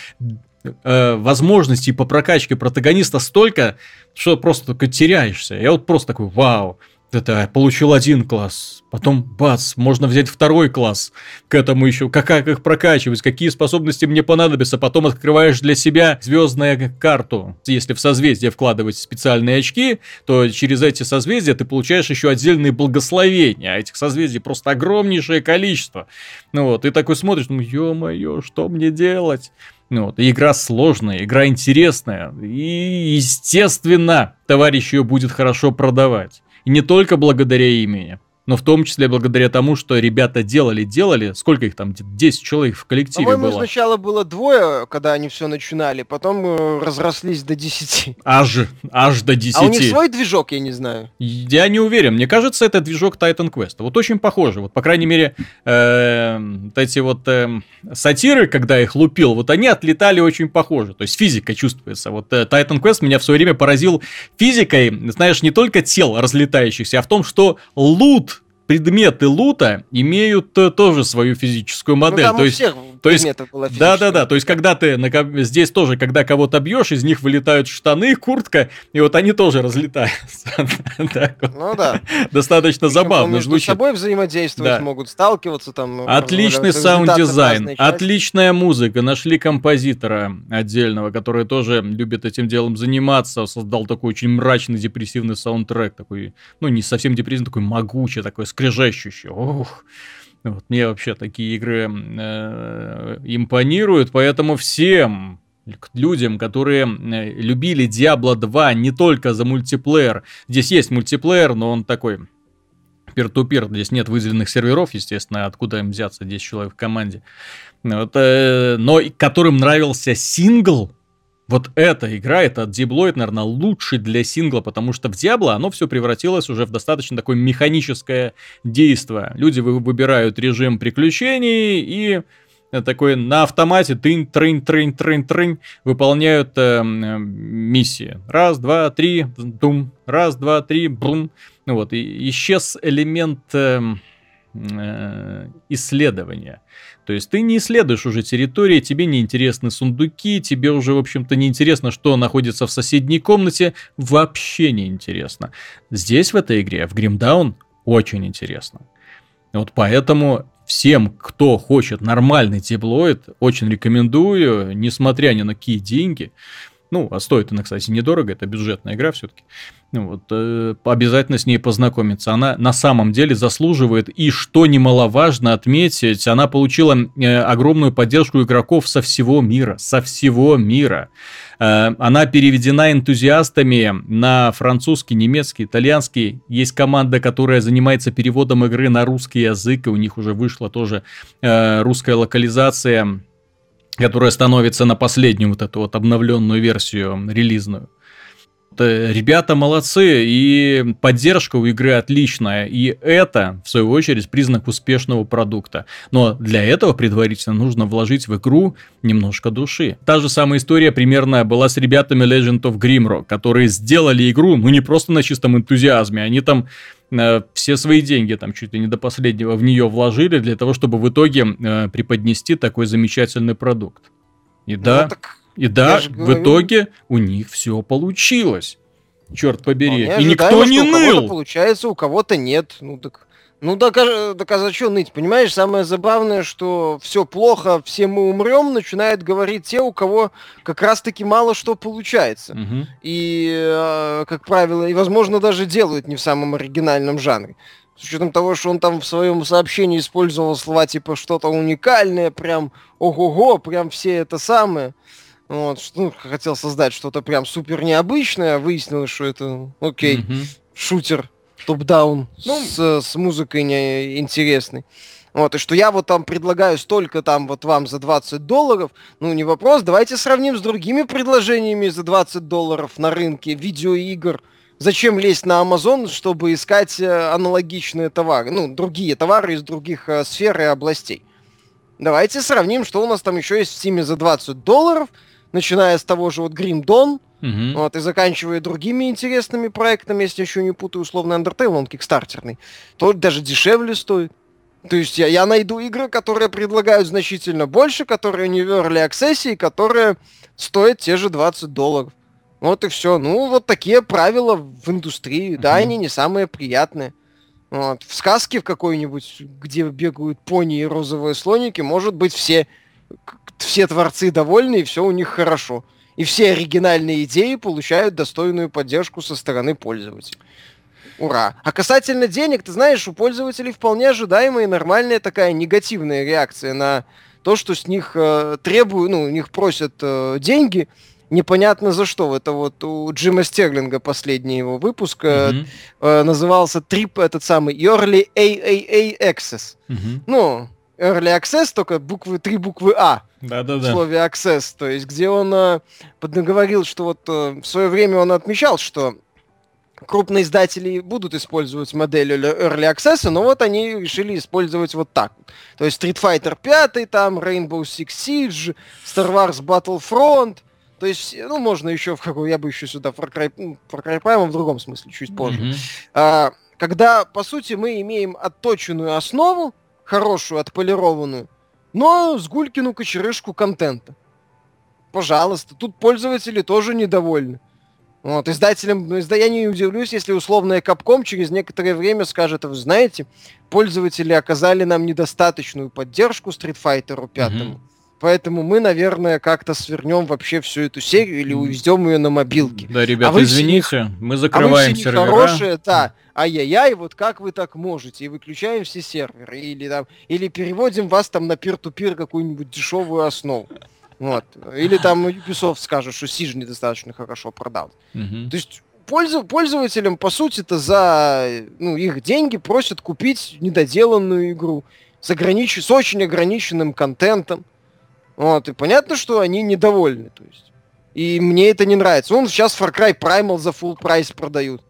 возможностей по прокачке протагониста столько, что просто только теряешься. Я вот просто такой, вау, это получил 1 класс, потом бац, можно взять 2 класс, к этому еще, как их прокачивать, какие способности мне понадобятся, потом открываешь для себя звездную карту. Если в созвездие вкладывать специальные очки, то через эти созвездия ты получаешь еще отдельные благословения, а этих созвездий просто огромнейшее количество. И такой смотришь, ё-моё, что мне делать? Игра сложная, игра интересная, и, естественно, товарищ ее будет хорошо продавать. И не только благодаря имени, но в том числе благодаря тому, что ребята делали, сколько их там, 10 человек в коллективе было? По-моему, сначала было 2, когда они все начинали, потом разрослись до 10. Аж до 10. А у них свой движок, я не знаю. Я не уверен, мне кажется, это движок Titan Quest. Вот очень похоже, по крайней мере, эти сатиры, когда их лупил, они отлетали очень похоже, то есть физика чувствуется. Titan Quest меня в свое время поразил физикой, знаешь, не только тел разлетающихся, а в том, что предметы лута имеют тоже свою физическую модель. Там то у есть всех То есть, да, то есть, когда ты здесь тоже, когда кого-то бьешь, из них вылетают штаны, куртка, и вот они тоже разлетаются. Ну да. Достаточно забавно звучит. Между собой взаимодействовать могут, сталкиваться там. Отличный саунд-дизайн, отличная музыка. Нашли композитора отдельного, который тоже любит этим делом заниматься. Создал такой очень мрачный, депрессивный саундтрек. Такой, ну, не совсем депрессивный, такой могучий, такой скрежещущий. Ох. Вот, мне вообще такие игры импонируют, поэтому всем людям, которые любили Diablo 2 не только за мультиплеер, здесь есть мультиплеер, но он такой пир-ту-пир, здесь нет выделенных серверов, естественно, откуда им взяться 10 человек в команде, вот, но которым нравился сингл. Вот эта игра, это Dibloid, наверное, лучший для сингла, потому что в Diablo оно все превратилось уже в достаточно такое механическое действие. Люди выбирают режим приключений и такой на автомате трынь выполняют миссии. Раз, два, три, бум. Раз, два, три, бум. Вот, и исчез элемент исследования. То есть ты не исследуешь уже территории, тебе не интересны сундуки, тебе уже, в общем-то, не интересно, что находится в соседней комнате, вообще не интересно. Здесь в этой игре, в Grim Dawn, очень интересно. Вот поэтому всем, кто хочет нормальный Dibloid, очень рекомендую, несмотря ни на какие деньги. Ну, а стоит она, кстати, недорого, это бюджетная игра все-таки. Вот, обязательно с ней познакомиться. Она на самом деле заслуживает, и что немаловажно отметить, она получила огромную поддержку игроков со всего мира. Со всего мира. Она переведена энтузиастами на французский, немецкий, итальянский. Есть команда, которая занимается переводом игры на русский язык, и у них уже вышла тоже русская локализация, которая становится на последнюю вот эту вот обновленную версию релизную. Ребята молодцы, и поддержка у игры отличная, и это, в свою очередь, признак успешного продукта. Но для этого предварительно нужно вложить в игру немножко души. Та же самая история примерно была с ребятами Legend of Grimrock, которые сделали игру, ну, не просто на чистом энтузиазме, они там все свои деньги, там, чуть ли не до последнего в нее вложили, для того, чтобы в итоге преподнести такой замечательный продукт. И да... И да, в итоге у них все получилось. Черт побери. И никто не ныл. У кого-то получается, у кого-то нет. Ну так а что ныть? Понимаешь, самое забавное, что все плохо, все мы умрем, начинают говорить те, у кого как раз-таки мало что получается. Угу. И, как правило, и, возможно, даже делают не в самом оригинальном жанре. С учетом того, что он там в своем сообщении использовал слова типа что-то уникальное, прям ого-го, прям все это самое. Вот, что, хотел создать что-то прям супер необычное, а выяснилось, что это, окей, шутер, топ-даун, с музыкой интересной. Вот, и что я вот там предлагаю столько там вот вам за $20, ну не вопрос, давайте сравним с другими предложениями за $20 на рынке видеоигр. Зачем лезть на Amazon, чтобы искать аналогичные товары, ну, другие товары из других сфер и областей. Давайте сравним, что у нас там еще есть в Steam за $20, начиная с того же вот Grim Dawn, вот, и заканчивая другими интересными проектами, если еще не путаю, условно Undertale, он кикстартерный, то даже дешевле стоит. То есть я найду игры, которые предлагают значительно больше, которые не в Early Access, и которые стоят те же $20. Вот и все. Ну, вот такие правила в индустрии. Да, они не самые приятные. Вот. В сказке в какой-нибудь, где бегают пони и розовые слоники, может быть, все творцы довольны, и все у них хорошо. И все оригинальные идеи получают достойную поддержку со стороны пользователей. Ура! А касательно денег, ты знаешь, у пользователей вполне ожидаемая и нормальная такая негативная реакция на то, что с них требуют, ну, у них просят деньги, непонятно за что. Это вот у Джима Стерлинга последний его выпуск назывался этот самый Early AAA Access. Ну, Early Access, только три буквы А в слове Access, то есть где он говорил, что вот в свое время он отмечал, что крупные издатели будут использовать модель Early Access, но вот они решили использовать вот так. То есть Street Fighter 5, там, Rainbow Six Siege, Star Wars Battlefront. То есть, ну, можно еще я бы еще сюда Far Cry Prime в другом смысле, чуть позже. Когда, по сути, мы имеем отточенную основу, хорошую, отполированную, но с Гулькину кочерышку контента. Пожалуйста, тут пользователи тоже недовольны. Вот, издателям, я не удивлюсь, если условная Capcom через некоторое время скажет: вы знаете, пользователи оказали нам недостаточную поддержку Street Fighter 5, поэтому мы, наверное, как-то свернем вообще всю эту серию или увезем ее на мобилки. Да, ребята, извините, мы закрываем сервера. Хорошие, да, ай-яй-яй, вот как вы так можете, и выключаем все серверы, или переводим вас там на peer-to-peer какую-нибудь дешевую основу. Вот. Или там Ubisoft скажет, что Siege недостаточно хорошо продал. То есть пользователям, по сути-то, за их деньги просят купить недоделанную игру с очень ограниченным контентом. Вот. И понятно, что они недовольны. То есть. И мне это не нравится. Сейчас Far Cry Primal за full прайс продают.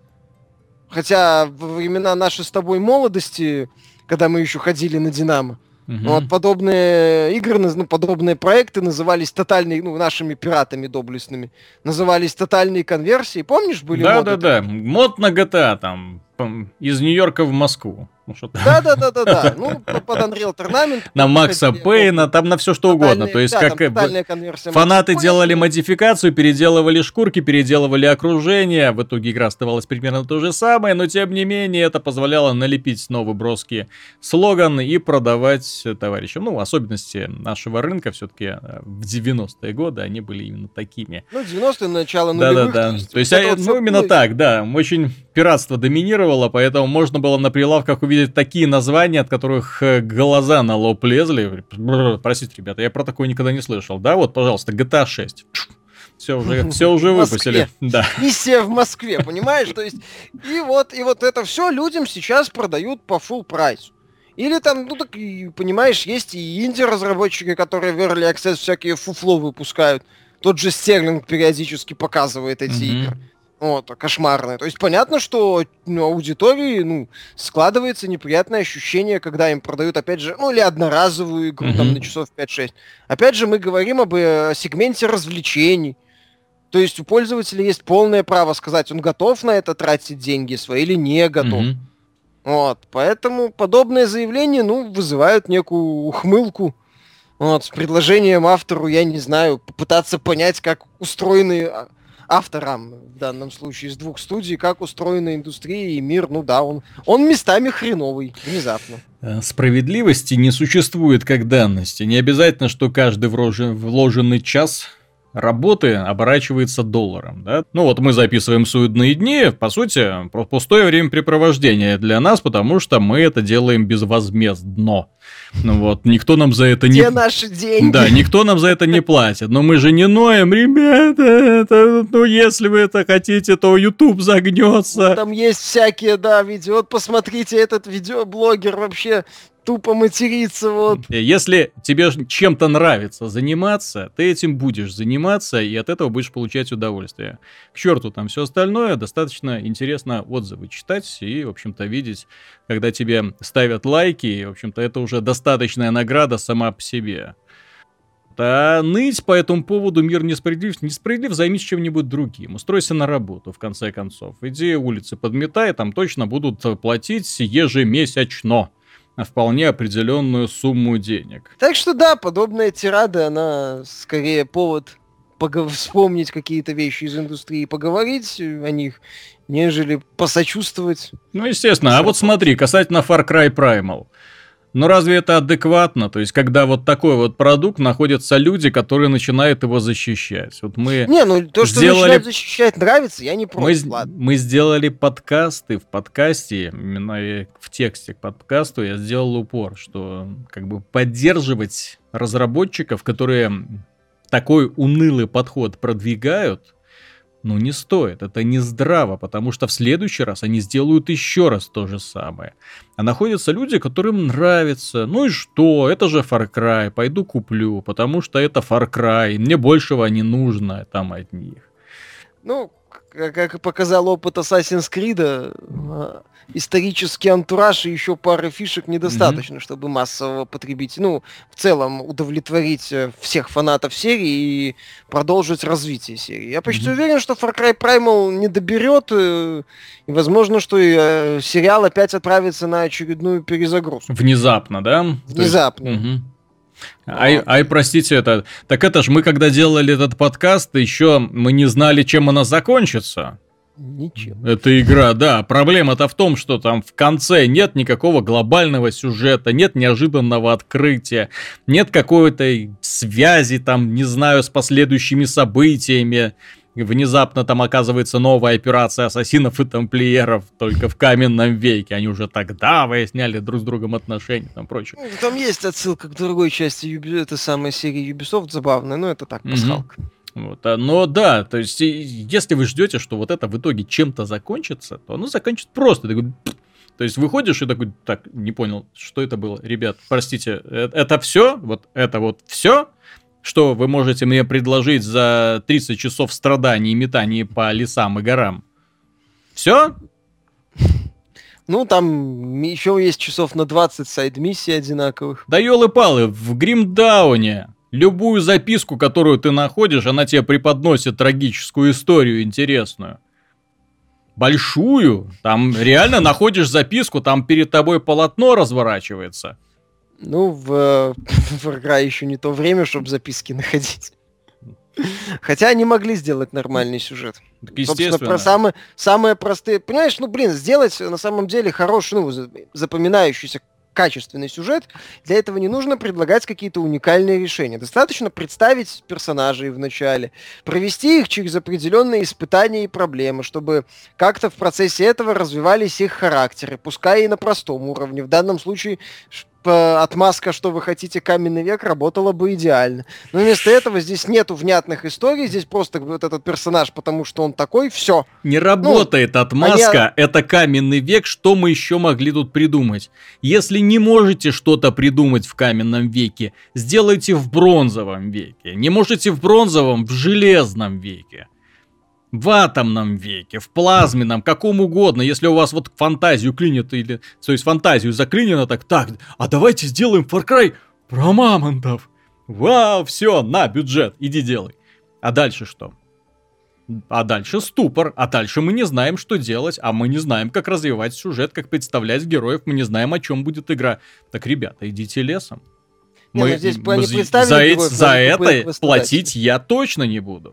Хотя во времена нашей с тобой молодости, когда мы еще ходили на Динамо, вот подобные игры, подобные проекты назывались тотальные, нашими пиратами доблестными, назывались тотальные конверсии. Помнишь, были моды? Да. Мод на GTA там, из Нью-Йорка в Москву. Да. Под Unreal Tournament. На Макса Пейна, там на все что угодно. То есть, как фанаты делали модификацию, переделывали шкурки, переделывали окружение. В итоге игра оставалась примерно то же самое, но тем не менее это позволяло налепить новый броский слоган и продавать товарищам. Особенности нашего рынка все-таки в 90-е годы, они были именно такими. 90-е, начало нулевых. Да. То есть, именно так, да. Очень пиратство доминировало, поэтому можно было на прилавках увидеть такие названия, от которых глаза на лоб лезли. Простите, ребята, я про такое никогда не слышал. Да, вот, пожалуйста, GTA 6. Все уже выпустили. Да. Миссия в Москве, понимаешь? То есть, и вот это все людям сейчас продают по full прайсу. Или там, понимаешь, есть и инди-разработчики, которые в Early Access всякие фуфло выпускают. Тот же Стерлинг периодически показывает эти игры. Кошмарное. То есть понятно, что аудитории, складывается неприятное ощущение, когда им продают, опять же, или одноразовую игру, там, на часов 5-6. Опять же, мы говорим об сегменте развлечений. То есть у пользователя есть полное право сказать, он готов на это тратить деньги свои или не готов. Поэтому подобные заявления, вызывают некую ухмылку. С предложением автору, я не знаю, попытаться понять, как устроены... авторам, в данном случае, из двух студий, как устроена индустрия и мир. Он местами хреновый, внезапно. Справедливости не существует как данности. Не обязательно, что каждый вложенный час работы оборачивается долларом, да? Мы записываем суетные дни, по сути, пустое времяпрепровождение для нас, потому что мы это делаем безвозмездно. Никто нам за это Где наши деньги? Да, никто нам за это не платит. Но мы же не ноем, ребята, если вы это хотите, то YouTube загнется. Там есть всякие, видео. Посмотрите, этот видеоблогер вообще тупо матерится, Если тебе чем-то нравится заниматься, ты этим будешь заниматься, и от этого будешь получать удовольствие. К черту там все остальное, достаточно интересно отзывы читать и, в общем-то, видеть, когда тебе ставят лайки, и, в общем-то, это уже достаточная награда сама по себе. А ныть по этому поводу мир несправедлив, займись чем-нибудь другим. Устройся на работу, в конце концов. Иди улицы подметай, там точно будут платить ежемесячно вполне определенную сумму денег. Так что подобная тирада, она скорее повод вспомнить какие-то вещи из индустрии, поговорить о них, нежели посочувствовать. Естественно. А вот смотри, касательно Far Cry Primal. Разве это адекватно? То есть, когда такой продукт, находятся люди, которые начинают его защищать. Мы то, что начинают защищать, нравится, я не против. Мы сделали подкасты, в подкасте, именно в тексте к подкасту я сделал упор, что поддерживать разработчиков, которые такой унылый подход продвигают, не стоит, это не здраво, потому что в следующий раз они сделают еще раз то же самое. А находятся люди, которым нравится. И что? Это же Far Cry, пойду куплю, потому что это Far Cry, мне большего не нужно там от них. Как и показал опыт Assassin's Creed, исторический антураж и еще пары фишек недостаточно, чтобы массового потребителя, в целом удовлетворить всех фанатов серии и продолжить развитие серии. Я почти уверен, что Far Cry Primal не доберет, и возможно, что сериал опять отправится на очередную перезагрузку. Внезапно, да? Внезапно. Простите, так это ж мы когда делали этот подкаст, еще мы не знали, чем она закончится. Ничем. Это игра, да. Проблема-то в том, что там в конце нет никакого глобального сюжета, нет неожиданного открытия, нет какой-то связи там, не знаю, с последующими событиями. Внезапно там оказывается новая операция ассасинов и тамплиеров только в каменном веке. Они уже тогда выясняли друг с другом отношения и прочее. Там есть отсылка к другой части этой самой серии Ubisoft забавная, но это так, пасхалка. Вот, но да, то есть, если вы ждете, что вот это в итоге чем-то закончится, то оно закончится просто. То есть, выходишь и такой, так, не понял, что это было. Ребят, простите, это все? Вот это вот все? Что вы можете мне предложить за 30 часов страданий и метаний по лесам и горам? Все? Ну, там еще есть часов на 20 сайд-миссий одинаковых. Да елы-палы, в Гримдауне любую записку, которую ты находишь, она тебе преподносит трагическую историю интересную. Большую. Там реально находишь записку, там перед тобой полотно разворачивается. Ну, в Far Cry еще не то время, чтобы записки находить. Хотя они могли сделать нормальный сюжет. Так, естественно. Собственно, про самые простые... Понимаешь, сделать на самом деле хороший, запоминающийся качественный сюжет, для этого не нужно предлагать какие-то уникальные решения. Достаточно представить персонажей в начале, провести их через определенные испытания и проблемы, чтобы как-то в процессе этого развивались их характеры, пускай и на простом уровне. В данном случае отмазка, что вы хотите каменный век, работала бы идеально. Но вместо этого здесь нету внятных историй, здесь просто вот этот персонаж, потому что он такой, все. Не работает отмазка, это каменный век, что мы еще могли тут придумать? Если не можете что-то придумать в каменном веке, сделайте в бронзовом веке. Не можете в бронзовом, в железном веке. В атомном веке, в плазменном, каком угодно. Если у вас вот фантазию клинит, или, то есть фантазию заклинено, так, а давайте сделаем Far Cry про мамонтов. Вау, все, на, бюджет, иди делай. А дальше что? А дальше ступор, а дальше мы не знаем, что делать, а мы не знаем, как развивать сюжет, как представлять героев, мы не знаем, о чем будет игра. Так, ребята, идите лесом. За это платить я точно не буду.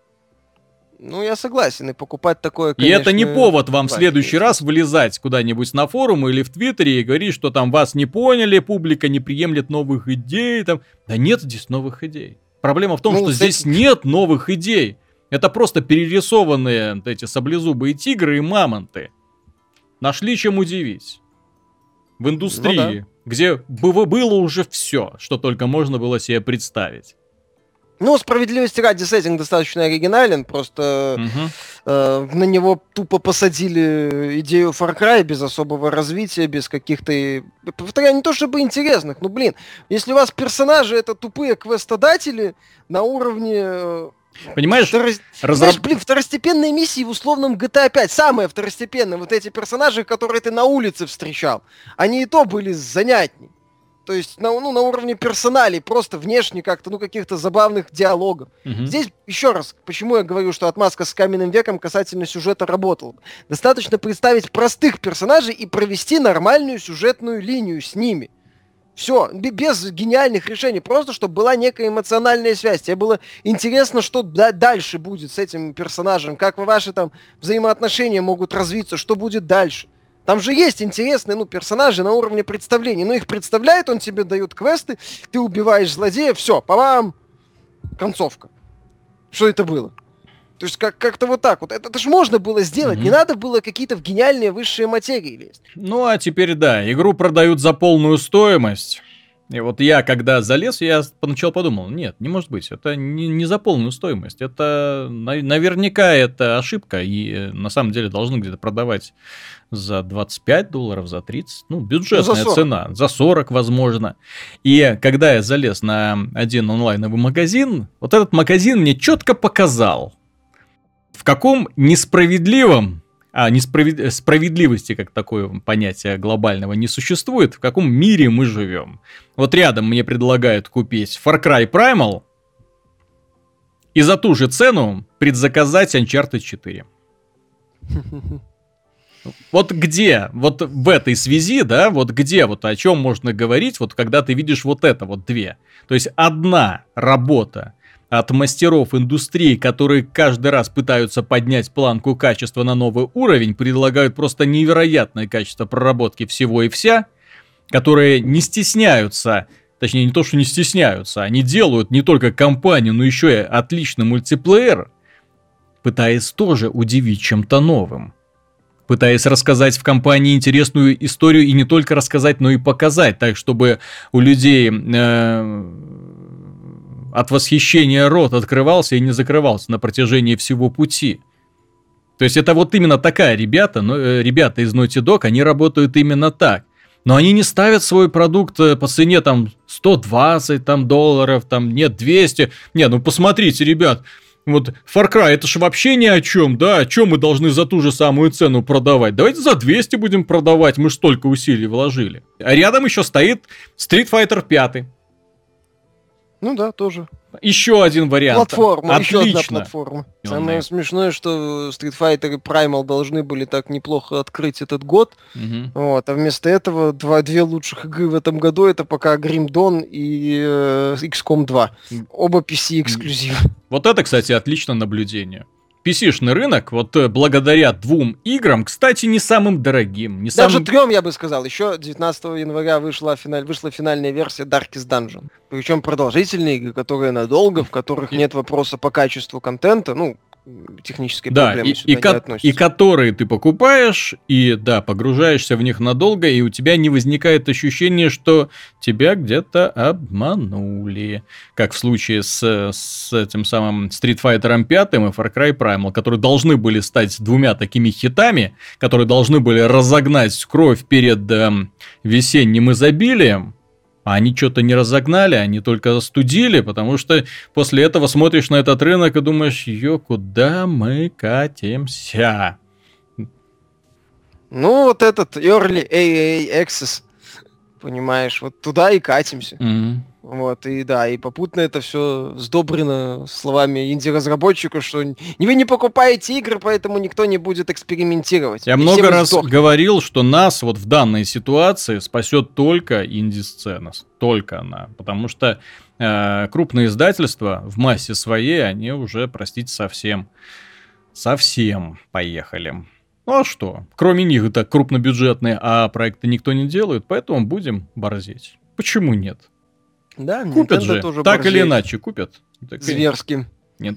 Ну, я согласен, и покупать такое, конечно... И это не повод вам в следующий раз вылезать куда-нибудь на форум или в Твиттере и говорить, что там вас не поняли, публика не приемлет новых идей. Там. Да нет здесь новых идей. Проблема в том, что здесь нет новых идей. Это просто перерисованные эти саблезубые тигры и мамонты. Нашли чем удивить. В индустрии, где было уже все, что только можно было себе представить. Ну, справедливости ради, сеттинг достаточно оригинален, просто на него тупо посадили идею Far Cry без особого развития, без каких-то... Повторяю, не то чтобы интересных, но, если у вас персонажи это тупые квестодатели на уровне... Понимаешь? Второстепенные миссии в условном GTA 5, самые второстепенные, вот эти персонажи, которые ты на улице встречал, они и то были занятней. То есть на уровне персоналей, просто внешне как-то, каких-то забавных диалогов. Здесь, еще раз, почему я говорю, что отмазка с каменным веком касательно сюжета работала. Достаточно представить простых персонажей и провести нормальную сюжетную линию с ними. Все, без гениальных решений, просто чтобы была некая эмоциональная связь. Тебе было интересно, что дальше будет с этим персонажем, как ваши там взаимоотношения могут развиться, что будет дальше. Там же есть интересные, персонажи на уровне представления. Их представляет, он тебе дает квесты, ты убиваешь злодея, все, па-бам, концовка. Что это было? То есть как-то вот так вот. Это же можно было сделать, не надо было какие-то в гениальные высшие материи лезть. Ну, а теперь да, игру продают за полную стоимость. И вот я, когда залез, я поначалу подумал, нет, не может быть, это не за полную стоимость, это наверняка это ошибка, и на самом деле должны где-то продавать за $25, за 30, бюджетная цена, за 40, возможно. И когда я залез на один онлайновый магазин, вот этот магазин мне четко показал, в каком несправедливом, справедливости как такое понятие глобального не существует, в каком мире мы живем. Вот рядом мне предлагают купить Far Cry Primal и за ту же цену предзаказать Uncharted 4. Вот где, вот в этой связи, да, вот где, вот о чем можно говорить, вот когда ты видишь вот это вот две. То есть одна работа от мастеров индустрии, которые каждый раз пытаются поднять планку качества на новый уровень, предлагают просто невероятное качество проработки всего и вся, которые не стесняются, точнее не то, что не стесняются, они делают не только кампанию, но еще и отличный мультиплеер, пытаясь тоже удивить чем-то новым. Пытаясь рассказать в кампании интересную историю и не только рассказать, но и показать, так чтобы у людей от восхищения рот открывался и не закрывался на протяжении всего пути. То есть это вот именно такая ребята из Naughty Dog, они работают именно так. Но они не ставят свой продукт по цене там $120 там, нет, 200. Не, ну посмотрите, ребят. Вот Far Cry, это же вообще ни о чем, да? О чем мы должны за ту же самую цену продавать? Давайте за 200 будем продавать, мы ж столько усилий вложили. А рядом еще стоит Street Fighter 5. Ну да, тоже. Еще один вариант. Платформа, отлично. Еще одна платформа. Самое смешное, что Street Fighter и Primal должны были так неплохо открыть этот год. Вот, а вместо этого две лучших игры в этом году это пока Grim Dawn и XCOM 2. Оба PC эксклюзивы. Вот это, кстати, отличное наблюдение. PC-шный рынок, вот благодаря 2 играм, кстати, не самым дорогим. Даже 3, я бы сказал. Еще 19 января вышла финальная версия Darkest Dungeon. Причем продолжительные игры, которые надолго, в которых нет вопроса по качеству контента, ну, технической проблемы сюда не относятся. И которые ты покупаешь, и да, погружаешься в них надолго, и у тебя не возникает ощущения, что тебя где-то обманули. Как в случае с этим самым Street Fighter 5 и Far Cry Primal, которые должны были стать 2 такими хитами, которые должны были разогнать кровь перед весенним изобилием. А они что-то не разогнали, они только остудили, потому что после этого смотришь на этот рынок и думаешь, куда мы катимся? Ну, вот этот Early AA Access, понимаешь, вот туда и катимся. Вот, и да, и попутно это все сдобрено словами инди-разработчика, что вы не покупаете игры, поэтому никто не будет экспериментировать. Я много раз говорил, что нас вот в данной ситуации спасет только инди-сцена. Только она. Потому что крупные издательства в массе своей, они уже, простите, совсем поехали. Ну а что? Кроме них это крупнобюджетные, а проекты никто не делает, поэтому будем борзеть. Почему нет? Да, купят Nintendo же, тоже так борзеет. Или иначе купят. Зверским.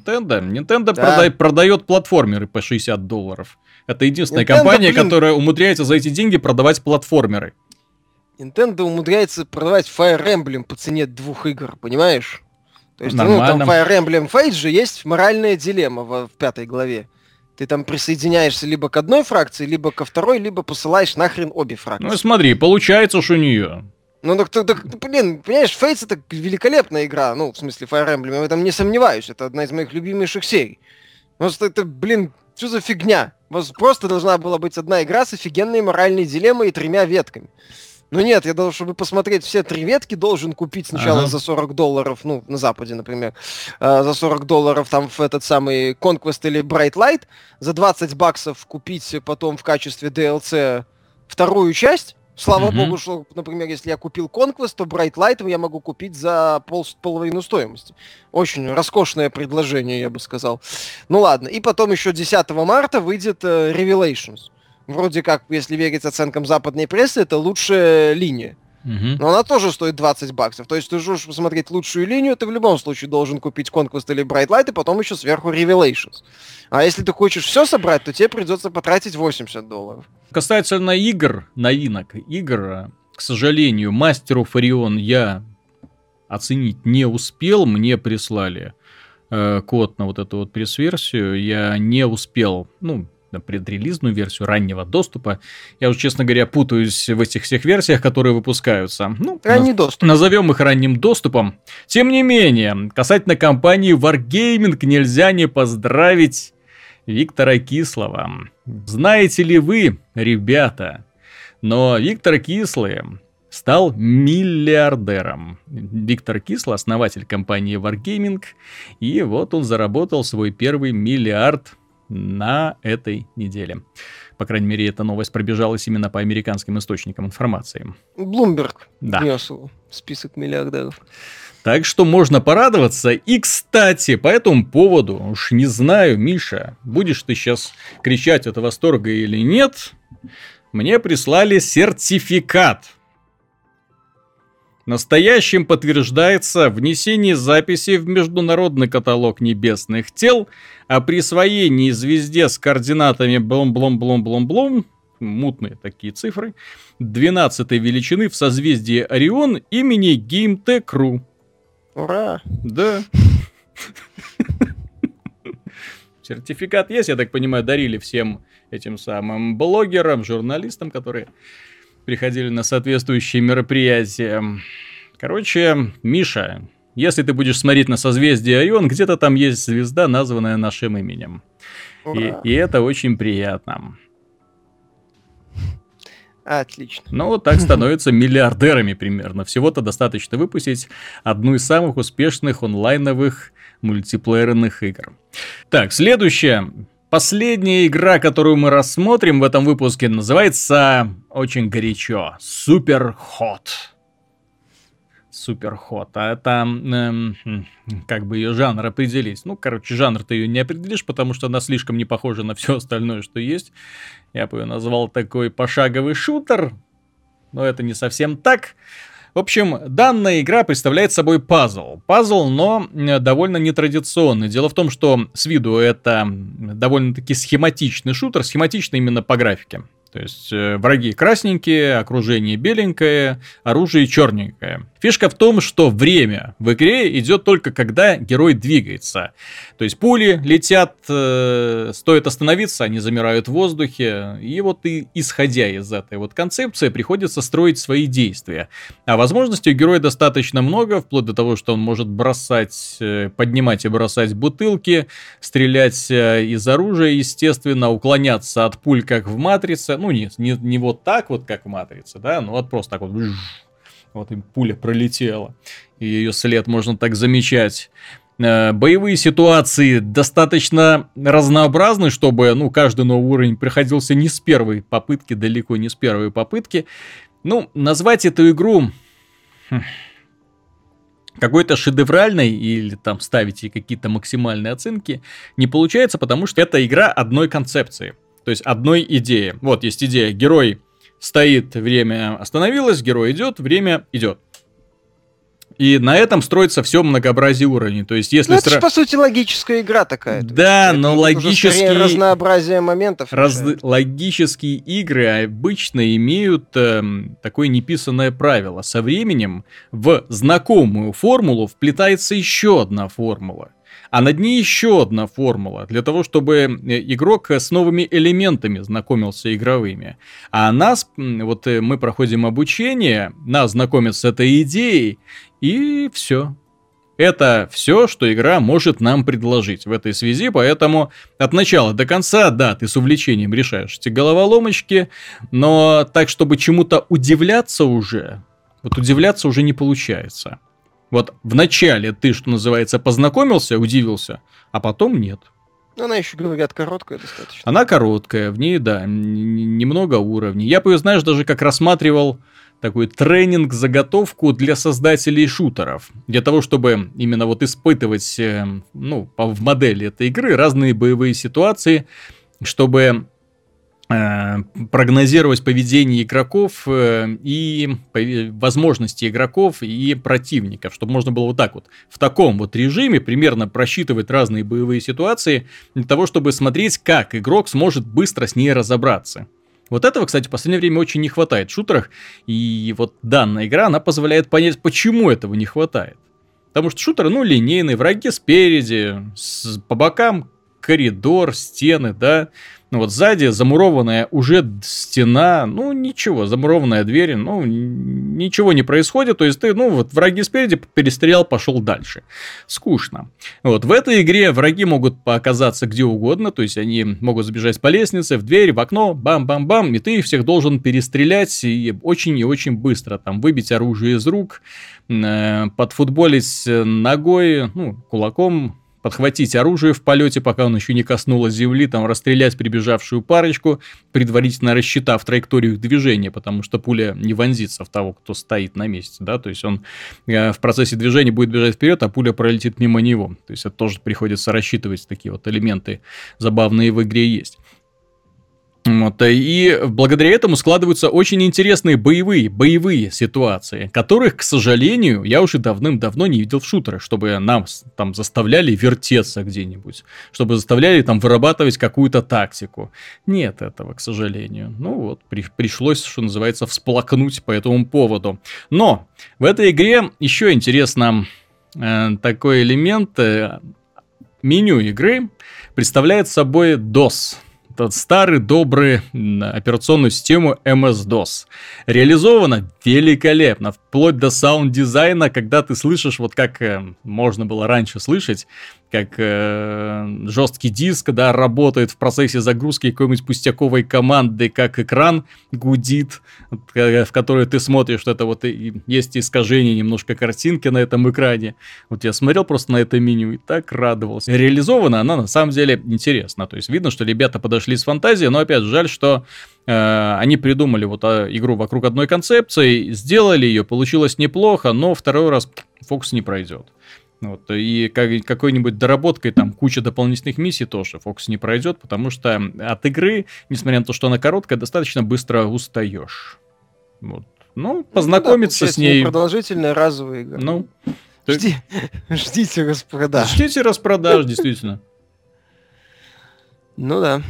Nintendo продает платформеры по $60. Это единственная компания, которая умудряется за эти деньги продавать платформеры. Nintendo умудряется продавать Fire Emblem по цене 2 игр, понимаешь? То есть, нормально. Там Fire Emblem Fates же есть моральная дилемма в 5 главе. Ты там присоединяешься либо к одной фракции, либо ко второй, либо посылаешь нахрен обе фракции. Ну смотри, получается уж у нее. Ну, блин, понимаешь, Fates это великолепная игра, ну, в смысле, Fire Emblem, я в этом не сомневаюсь, это одна из моих любимейших серий. Просто это, блин, что за фигня? У вас просто должна была быть одна игра с офигенной моральной дилеммой и 3 ветками. Ну нет, я должен, чтобы посмотреть все 3 ветки, должен купить сначала за $40, ну, на Западе, например, за $40 там в этот самый Conquest или Bright Light, за $20 купить потом в качестве DLC 2 часть. Слава богу, что, например, если я купил Conquest, то Bright Light я могу купить за половину стоимости. Очень роскошное предложение, я бы сказал. Ну ладно, и потом еще 10 марта выйдет Revelations. Вроде как, если верить оценкам западной прессы, это лучшая линия. Но она тоже стоит $20. То есть ты можешь посмотреть лучшую линию, ты в любом случае должен купить Conquest или Bright Light, и потом еще сверху Revelations. А если ты хочешь все собрать, то тебе придется потратить $80. Касательно новинок игр, к сожалению, Master of Orion я оценить не успел, мне прислали код на вот эту вот пресс-версию, я не успел, на предрелизную версию раннего доступа. Я уже, честно говоря, путаюсь в этих всех версиях, которые выпускаются. Ранний доступ. Назовем их ранним доступом. Тем не менее, касательно компании Wargaming нельзя не поздравить Виктора Кислого. Знаете ли вы, ребята, но Виктор Кислый стал миллиардером. Виктор Кислый, основатель компании Wargaming, и вот он заработал свой первый миллиард на этой неделе. По крайней мере, эта новость пробежалась именно по американским источникам информации. Bloomberg внес в список миллиардеров. Так что можно порадоваться. И, кстати, по этому поводу, уж не знаю, Миша, будешь ты сейчас кричать от восторга или нет, мне прислали сертификат. Настоящим подтверждается внесение записи в Международный каталог небесных тел о присвоении звезде с координатами блом-блом-блом-блом-блом, мутные такие цифры, 12-й величины в созвездии Орион имени Геймтек.ру. Ура! Да. Сертификат есть, я так понимаю, дарили всем этим самым блогерам, журналистам, которые приходили на соответствующие мероприятия. Короче, Миша, если ты будешь смотреть на созвездие Орион, где-то там есть звезда, названная нашим именем. И это очень приятно. Отлично. Ну, вот так становятся миллиардерами примерно. Всего-то достаточно выпустить одну из самых успешных онлайновых мультиплеерных игр. Так, следующая. Последняя игра, которую мы рассмотрим в этом выпуске, называется очень горячо Super Hot. Super Hot. А это, как бы ее жанр определить? Ну, короче, жанр ты ее не определишь, потому что она слишком не похожа на все остальное, что есть. Я бы ее назвал такой пошаговый шутер, но это не совсем так. В общем, данная игра представляет собой пазл. Пазл, но довольно нетрадиционный. Дело в том, что с виду это довольно-таки схематичный шутер, схематичный именно по графике. То есть враги красненькие, окружение беленькое, оружие черненькое. Фишка в том, что время в игре идет только когда герой двигается. То есть пули летят, стоит остановиться, они замирают в воздухе. И вот исходя из этой вот концепции, приходится строить свои действия. А возможностей у героя достаточно много, вплоть до того, что он может бросать, поднимать и бросать бутылки, стрелять из оружия, естественно, уклоняться от пуль, как в «Матрице». Ну, не вот так вот, как в «Матрице», да, но вот просто так вот. Вот им пуля пролетела, и ее след можно так замечать. Боевые ситуации достаточно разнообразны, чтобы, каждый новый уровень приходился не с первой попытки, далеко не с первой попытки. Назвать эту игру какой-то шедевральной или там ставить ей какие-то максимальные оценки не получается, потому что это игра одной концепции, то есть одной идеи. Вот есть идея, герой стоит, время остановилось, герой идет, время идет. И на этом строится все многообразие уровней. То есть, если это же, по сути, логическая игра такая. Да, но логические... разнообразие моментов. Логические игры обычно имеют такое неписанное правило. Со временем в знакомую формулу вплетается еще одна формула. А над ней еще одна формула, для того, чтобы игрок с новыми элементами знакомился игровыми. А мы проходим обучение, нас знакомят с этой идеей, и все. Это все, что игра может нам предложить в этой связи, поэтому от начала до конца, да, ты с увлечением решаешь эти головоломочки, но так, чтобы чему-то удивляться уже не получается. Вот в начале ты, что называется, познакомился, удивился, а потом нет. Она еще, говорят, короткая достаточно. Она короткая, в ней, да, немного уровней. Я бы ее, знаешь, даже как рассматривал такой тренинг, заготовку для создателей шутеров. Для того, чтобы именно вот испытывать, в модели этой игры разные боевые ситуации, чтобы прогнозировать поведение игроков и возможности игроков и противников, чтобы можно было вот так вот в таком вот режиме примерно просчитывать разные боевые ситуации для того, чтобы смотреть, как игрок сможет быстро с ней разобраться. Вот этого, кстати, в последнее время очень не хватает в шутерах, и вот данная игра, она позволяет понять, почему этого не хватает. Потому что шутеры, линейные, враги спереди, по бокам коридор, стены, да. Сзади замурованная уже стена, ничего, замурованная дверь, ничего не происходит, то есть ты, враги спереди, перестрелял, пошел дальше. Скучно. В этой игре враги могут оказаться где угодно, то есть они могут забежать по лестнице, в дверь, в окно, бам-бам-бам, и ты их всех должен перестрелять и очень быстро там выбить оружие из рук, подфутболить ногой, кулаком, подхватить оружие в полете, пока он еще не коснулось земли, там расстрелять прибежавшую парочку, предварительно рассчитав траекторию их движения, потому что пуля не вонзится в того, кто стоит на месте, да, то есть он в процессе движения будет бежать вперед, а пуля пролетит мимо него, то есть это тоже приходится рассчитывать, такие вот элементы забавные в игре есть. Вот, и благодаря этому складываются очень интересные боевые ситуации, которых, к сожалению, я уже давным-давно не видел в шутерах, чтобы нам там заставляли вертеться где-нибудь, чтобы заставляли там вырабатывать какую-то тактику. Нет этого, к сожалению. Ну вот, пришлось, что называется, всплакнуть по этому поводу. Но в этой игре еще интересно такой элемент. Меню игры представляет собой DOS. Тот старый добрый операционную систему MS-DOS. Реализовано великолепно, вплоть до саунд-дизайна, когда ты слышишь, вот как можно было раньше слышать, как жесткий диск, да, работает в процессе загрузки какой-нибудь пустяковой команды, как экран гудит, в который ты смотришь, что это вот есть искажение немножко картинки на этом экране. Вот я смотрел просто на это меню и так радовался. Реализована она на самом деле интересно, то есть видно, что ребята подошли с фантазией, но опять жаль, что они придумали вот игру вокруг одной концепции, сделали ее, получилось неплохо, но второй раз фокус не пройдет. Вот, и какой-нибудь доработкой, там, куча дополнительных миссий тоже фокус не пройдет, потому что от игры, несмотря на то, что она короткая, достаточно быстро устаешь. Вот. Ну, познакомиться с ней. Продолжительная разовая игра. Ну, ждите распродаж. Ждите распродаж, действительно. Ну да.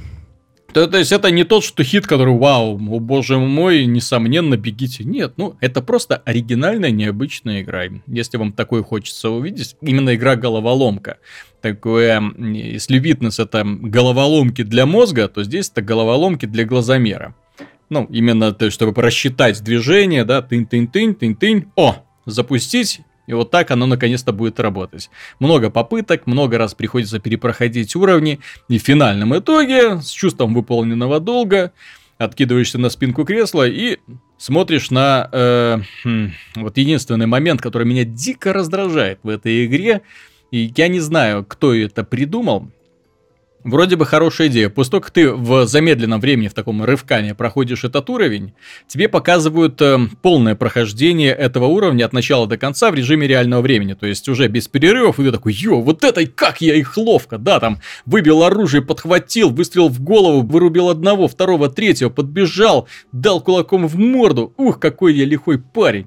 То есть это не тот, что хит, который, вау, о боже мой, несомненно, бегите. Нет, ну, это просто оригинальная, необычная игра. Если вам такое хочется увидеть, именно игра-головоломка. Такое, если фитнес это головоломки для мозга, то здесь это головоломки для глазомера. Ну, именно, то есть, чтобы рассчитать движение, да, тынь-тынь-тынь, запустить. И вот так оно наконец-то будет работать. Много попыток, много раз приходится перепроходить уровни. И в финальном итоге, с чувством выполненного долга, откидываешься на спинку кресла и смотришь на... вот единственный момент, который меня дико раздражает в этой игре. И я не знаю, кто это придумал. Вроде бы хорошая идея. После того, как ты в замедленном времени, в таком рывкане проходишь этот уровень, тебе показывают полное прохождение этого уровня от начала до конца в режиме реального времени. То есть уже без перерывов, и ты такой, вот это как я их ловко, да, там, выбил оружие, подхватил, выстрелил в голову, вырубил одного, второго, третьего, подбежал, дал кулаком в морду. Ух, какой я лихой парень.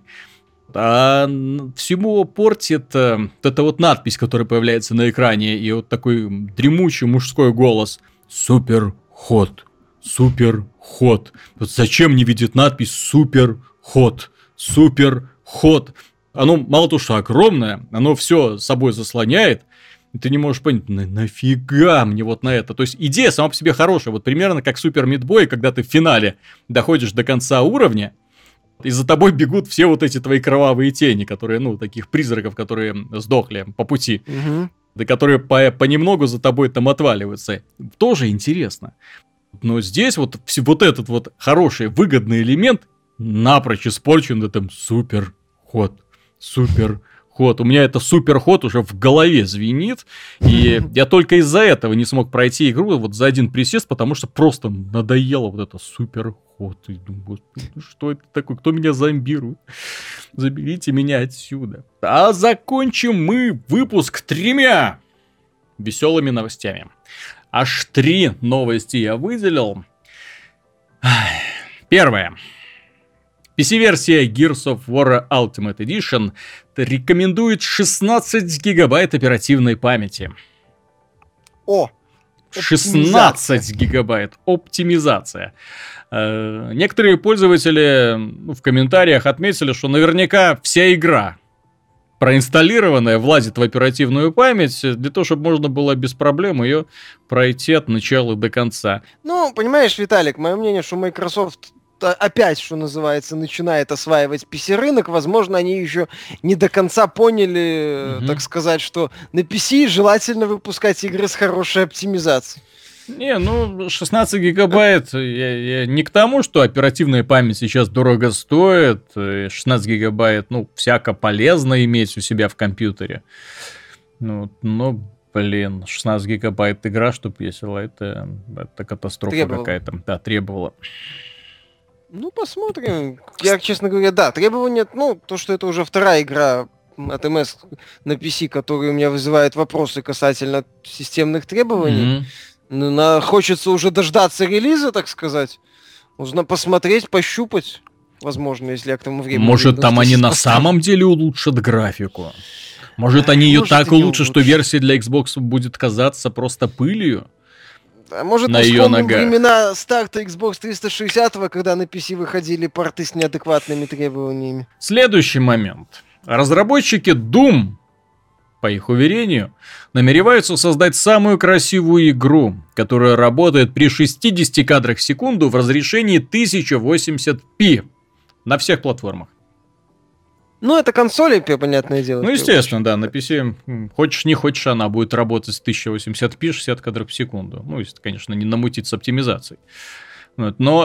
А всему портит эта вот надпись, которая появляется на экране, и вот такой дремучий мужской голос. Супер ход. Супер ход. Вот зачем не видит надпись супер ход? Супер ход. Оно мало того, что огромное, оно все собой заслоняет. И ты не можешь понять, нафига мне вот на это. То есть идея сама по себе хорошая. Вот примерно как Супер Мидбой, когда ты в финале доходишь до конца уровня, и за тобой бегут все вот эти твои кровавые тени, которые, ну, таких призраков, которые сдохли по пути. Да, которые понемногу за тобой там отваливаются. Тоже интересно. Но здесь вот этот вот хороший, выгодный элемент напрочь испорчен этим супер ход. Супер ход. У меня это супер ход уже в голове звенит. И я только из-за этого не смог пройти игру вот за один присест, потому что просто надоело вот это супер ход. И думаю, господи, что это такое? Кто меня зомбирует? Заберите меня отсюда. А закончим мы выпуск 3 веселыми новостями. Аж 3 новости я выделил. Первое. PC-версия Gears of War Ultimate Edition рекомендует 16 гигабайт оперативной памяти. 16 гигабайт. Оптимизация. Некоторые пользователи в комментариях отметили, что наверняка вся игра проинсталлированная влазит в оперативную память для того, чтобы можно было без проблем ее пройти от начала до конца. Ну, понимаешь, Виталик, мое мнение, что Microsoft опять, что называется, начинает осваивать PC-рынок. Возможно, они еще не до конца поняли, так сказать, что на PC желательно выпускать игры с хорошей оптимизацией. Не, ну, 16 гигабайт, я не к тому, что оперативная память сейчас дорого стоит. 16 гигабайт, ну, всяко полезно иметь у себя в компьютере. Ну, но Блин, 16 гигабайт игра, чтоб весила, это катастрофа какая-то. Да, требовала. Ну, посмотрим. Я, честно говоря, да, требования, то, что это уже вторая игра от МС на PC, которая у меня вызывает вопросы касательно системных требований. Хочется уже дождаться релиза, так сказать. Нужно посмотреть, пощупать. Возможно, если я к тому времени... Может, там они на самом деле улучшат графику? Может, они ее так улучшат, что версия для Xbox будет казаться просто пылью? Может, мы вспомним времена старта Xbox 360, когда на PC выходили порты с неадекватными требованиями. Следующий момент. Разработчики Doom, по их уверению, намереваются создать самую красивую игру, которая работает при 60 кадрах в секунду в разрешении 1080p на всех платформах. Ну, это консоли, понятное дело. Ну, естественно, да, на PC, хочешь не хочешь, она будет работать с 1080p 60 кадров в секунду. Ну, если, конечно, не намутить с оптимизацией. Вот. Но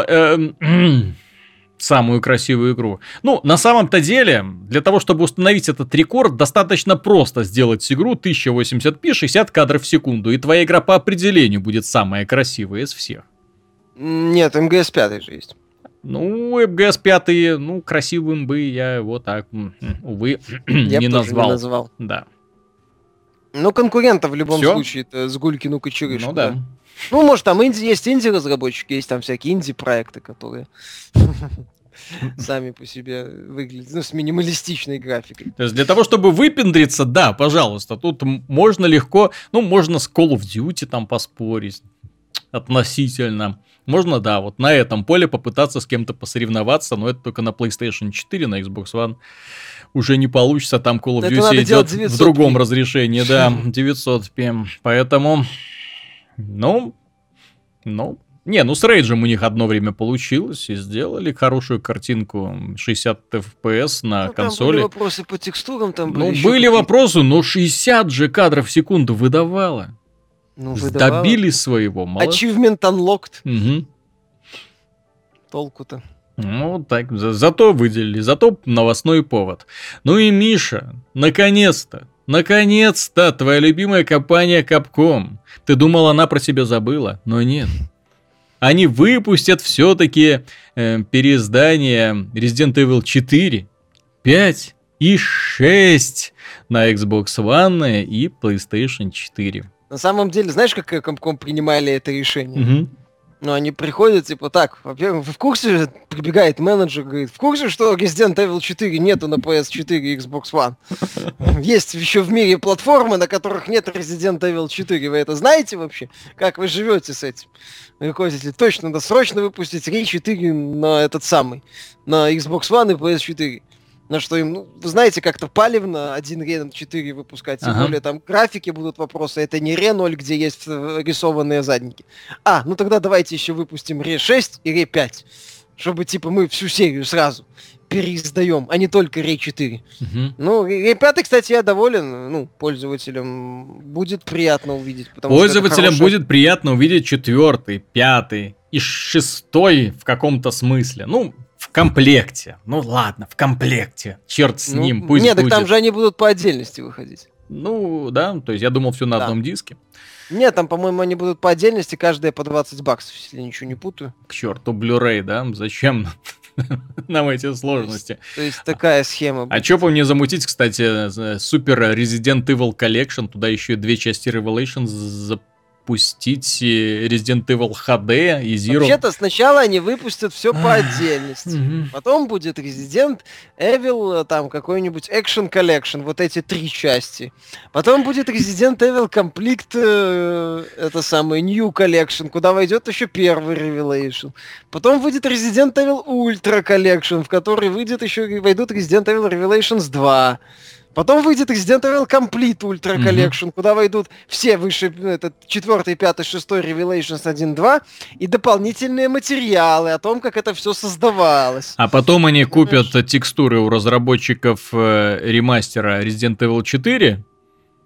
самую красивую игру. Ну, на самом-то деле, для того, чтобы установить этот рекорд, достаточно просто сделать игру 1080p 60 кадров в секунду, и твоя игра по определению будет самая красивая из всех. Нет, МГС 5 же есть. Ну, МГС 5, красивым бы я его так, увы, не назвал. Да. Ну, конкурентов в любом случае, это с Гулькину Кочерышку. Ну, да. Ну, может, там есть инди-разработчики, есть там всякие инди-проекты, которые сами по себе выглядят, с минималистичной графикой. То есть для того, чтобы выпендриться, да, пожалуйста, тут можно легко, можно с Call of Duty там поспорить относительно. Можно, да, вот на этом поле попытаться с кем-то посоревноваться, но это только на PlayStation 4, на Xbox One уже не получится, там Call of Duty идет в другом разрешении, да, 900p, поэтому, с Рейджем у них одно время получилось, и сделали хорошую картинку 60 FPS на консоли. Там были вопросы по текстурам, там были вопросы, но 60 же кадров в секунду выдавало. Добили своего. Achievement unlocked. Угу. Толку-то. Так, зато выделили, зато новостной повод. Ну и Миша, наконец-то, твоя любимая компания Capcom. Ты думал, она про тебя забыла? Но нет. Они выпустят все-таки переиздание Resident Evil 4, 5 и 6 на Xbox One и PlayStation 4. На самом деле, знаешь, как Capcom принимали это решение? Угу. Они приходят, во-первых, вы в курсе, прибегает менеджер, говорит, в курсе, что Resident Evil 4 нету на PS4 и Xbox One? Есть еще в мире платформы, на которых нет Resident Evil 4. Вы это знаете вообще? Как вы живете с этим? Руководитель, точно, надо срочно выпустить Ray 4 на на Xbox One и PS4. На что им, вы знаете, как-то палевно один Ре 4 выпускать, тем более там графики будут вопросы, это не Ре 0, где есть рисованные задники. Тогда давайте еще выпустим Ре 6 и Ре 5, чтобы, мы всю серию сразу переиздаем, а не только Ре 4. Ре 5, кстати, я доволен, пользователям будет приятно увидеть. Пользователям будет приятно увидеть 4, 5 и 6 в каком-то смысле, в комплекте. Ладно, в комплекте. Черт с ним, пусть будет. Нет, так там же они будут по отдельности выходить. Да, то есть я думал, все на одном диске. Нет, там, по-моему, они будут по отдельности, каждая по $20, если я ничего не путаю. К черту, Blu-ray, да? Зачем нам эти сложности? То есть такая схема. А что по мне замутить, кстати, Super Resident Evil Collection, туда еще и 2 части Revelations запустить, Resident Evil HD и Zero. Вообще-то сначала они выпустят все по отдельности. Потом будет Resident Evil, там какой-нибудь Action Collection, вот эти 3 части. Потом будет Resident Evil Complete, это самый New Collection, куда войдет еще первый Revelation. Потом выйдет Resident Evil Ultra Collection, в который войдут Resident Evil Revelations 2. Потом выйдет Resident Evil Complete Ultra Collection, куда войдут все выше, 4, 5, 6 Revelations 1, 2 и дополнительные материалы о том, как это все создавалось. А потом они купят текстуры у разработчиков ремастера Resident Evil 4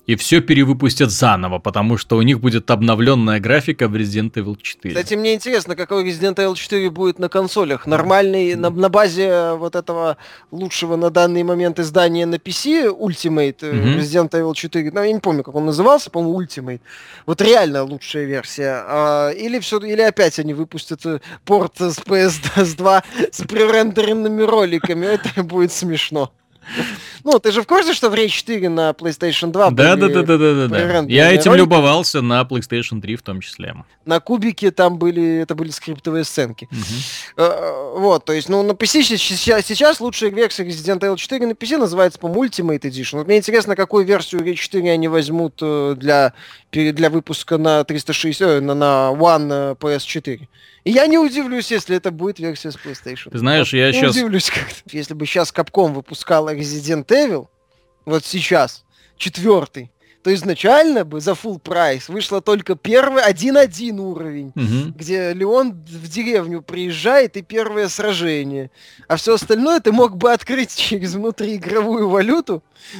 И все перевыпустят заново, потому что у них будет обновленная графика в Resident Evil 4. Кстати, мне интересно, какой Resident Evil 4 будет на консолях. Нормальный, на базе вот этого лучшего на данный момент издания на PC, Ultimate, Resident Evil 4, ну, я не помню, как он назывался, по-моему, Ultimate. Вот реально лучшая версия. Или опять они выпустят порт с PS2 с пререндеренными роликами. Это будет смешно. Ну, ты же в курсе, что в Rage 4 на PlayStation 2 Да. Я этим ролики? Любовался на PlayStation 3 в том числе. На кубике там были скриптовые сценки. Вот, то есть, ну, на PC сейчас лучшая версия Resident Evil 4 на PC называется, по-моему, Ultimate Edition. Вот мне интересно, какую версию Rage 4 они возьмут для выпуска на 360, на One PS4. И я не удивлюсь, если это будет версия с PlayStation. Ты знаешь, я не сейчас... удивлюсь как-то. Если бы сейчас Capcom выпускала Resident Evil, вот сейчас, 4, то изначально бы за full прайс вышло только первый 1.1 уровень, где Леон в деревню приезжает и первое сражение. А все остальное ты мог бы открыть через внутриигровую валюту,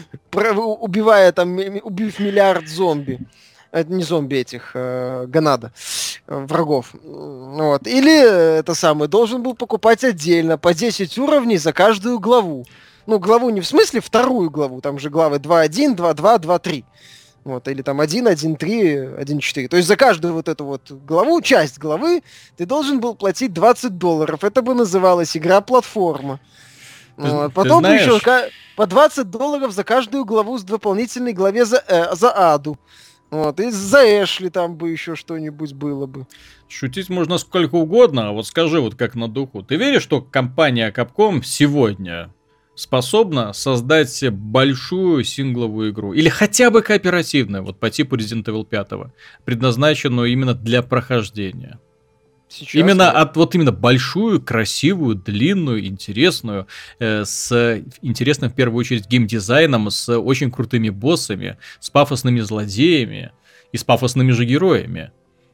убив миллиард зомби. Это не зомби этих, гонада, врагов. Вот. Или это самое, должен был покупать отдельно по 10 уровней за каждую главу. Ну, главу не в смысле вторую главу, там же главы 2.1, 2.2, 2.3. Вот, или там 1, 1.3, 1.4. То есть за каждую вот эту вот главу, часть главы, ты должен был платить $20. Это бы называлась игра-платформа. Вот. Потом бы еще по $20 за каждую главу с дополнительной главе за Аду. Вот, и за Эшли там бы еще что-нибудь было бы. Шутить можно сколько угодно, а вот скажи вот как на духу. Ты веришь, что компания Capcom сегодня способна создать большую сингловую игру? Или хотя бы кооперативную, вот по типу Resident Evil 5, предназначенную именно для прохождения? Сейчас, именно большую, красивую, длинную, интересную, с интересным в первую очередь геймдизайном, с очень крутыми боссами, с пафосными злодеями и с пафосными же героями.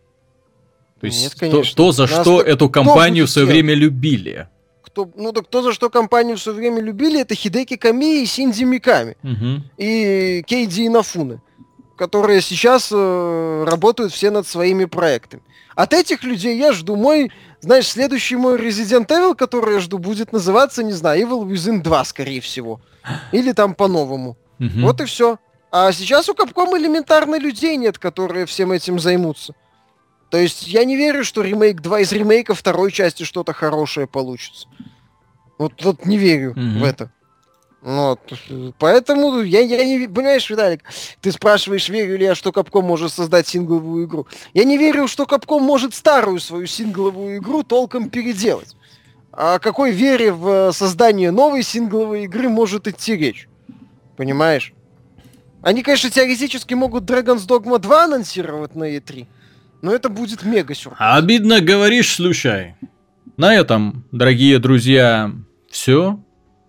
То есть нет, то, за что эту компанию в свое время любили. Кто за что компанию в свое время любили, это Хидеки Ками и Синдзи Миками. И Кейди Инафуне, которые сейчас работают все над своими проектами. От этих людей я жду следующий мой Resident Evil, который я жду, будет называться, не знаю, Evil Within 2, скорее всего. Или там по-новому. Вот и все. А сейчас у Capcom элементарно людей нет, которые всем этим займутся. То есть я не верю, что из ремейка второй части что-то хорошее получится. Вот не верю в это. Вот. Поэтому я не... Понимаешь, Виталик, ты спрашиваешь, верю ли я, что Capcom может создать сингловую игру. Я не верю, что Capcom может старую свою сингловую игру толком переделать. О какой вере в создание новой сингловой игры может идти речь? Понимаешь? Они, конечно, теоретически могут Dragon's Dogma 2 анонсировать на E3, но это будет мега сюрприз. Обидно говоришь, слушай. На этом, дорогие друзья, все.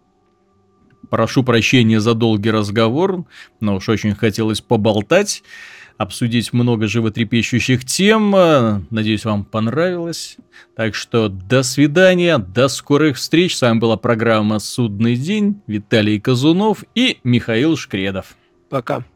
Прошу прощения за долгий разговор, но уж очень хотелось поболтать, обсудить много животрепещущих тем. Надеюсь, вам понравилось. Так что до свидания, до скорых встреч. С вами была программа «Судный день». Виталий Казунов и Михаил Шкредов. Пока.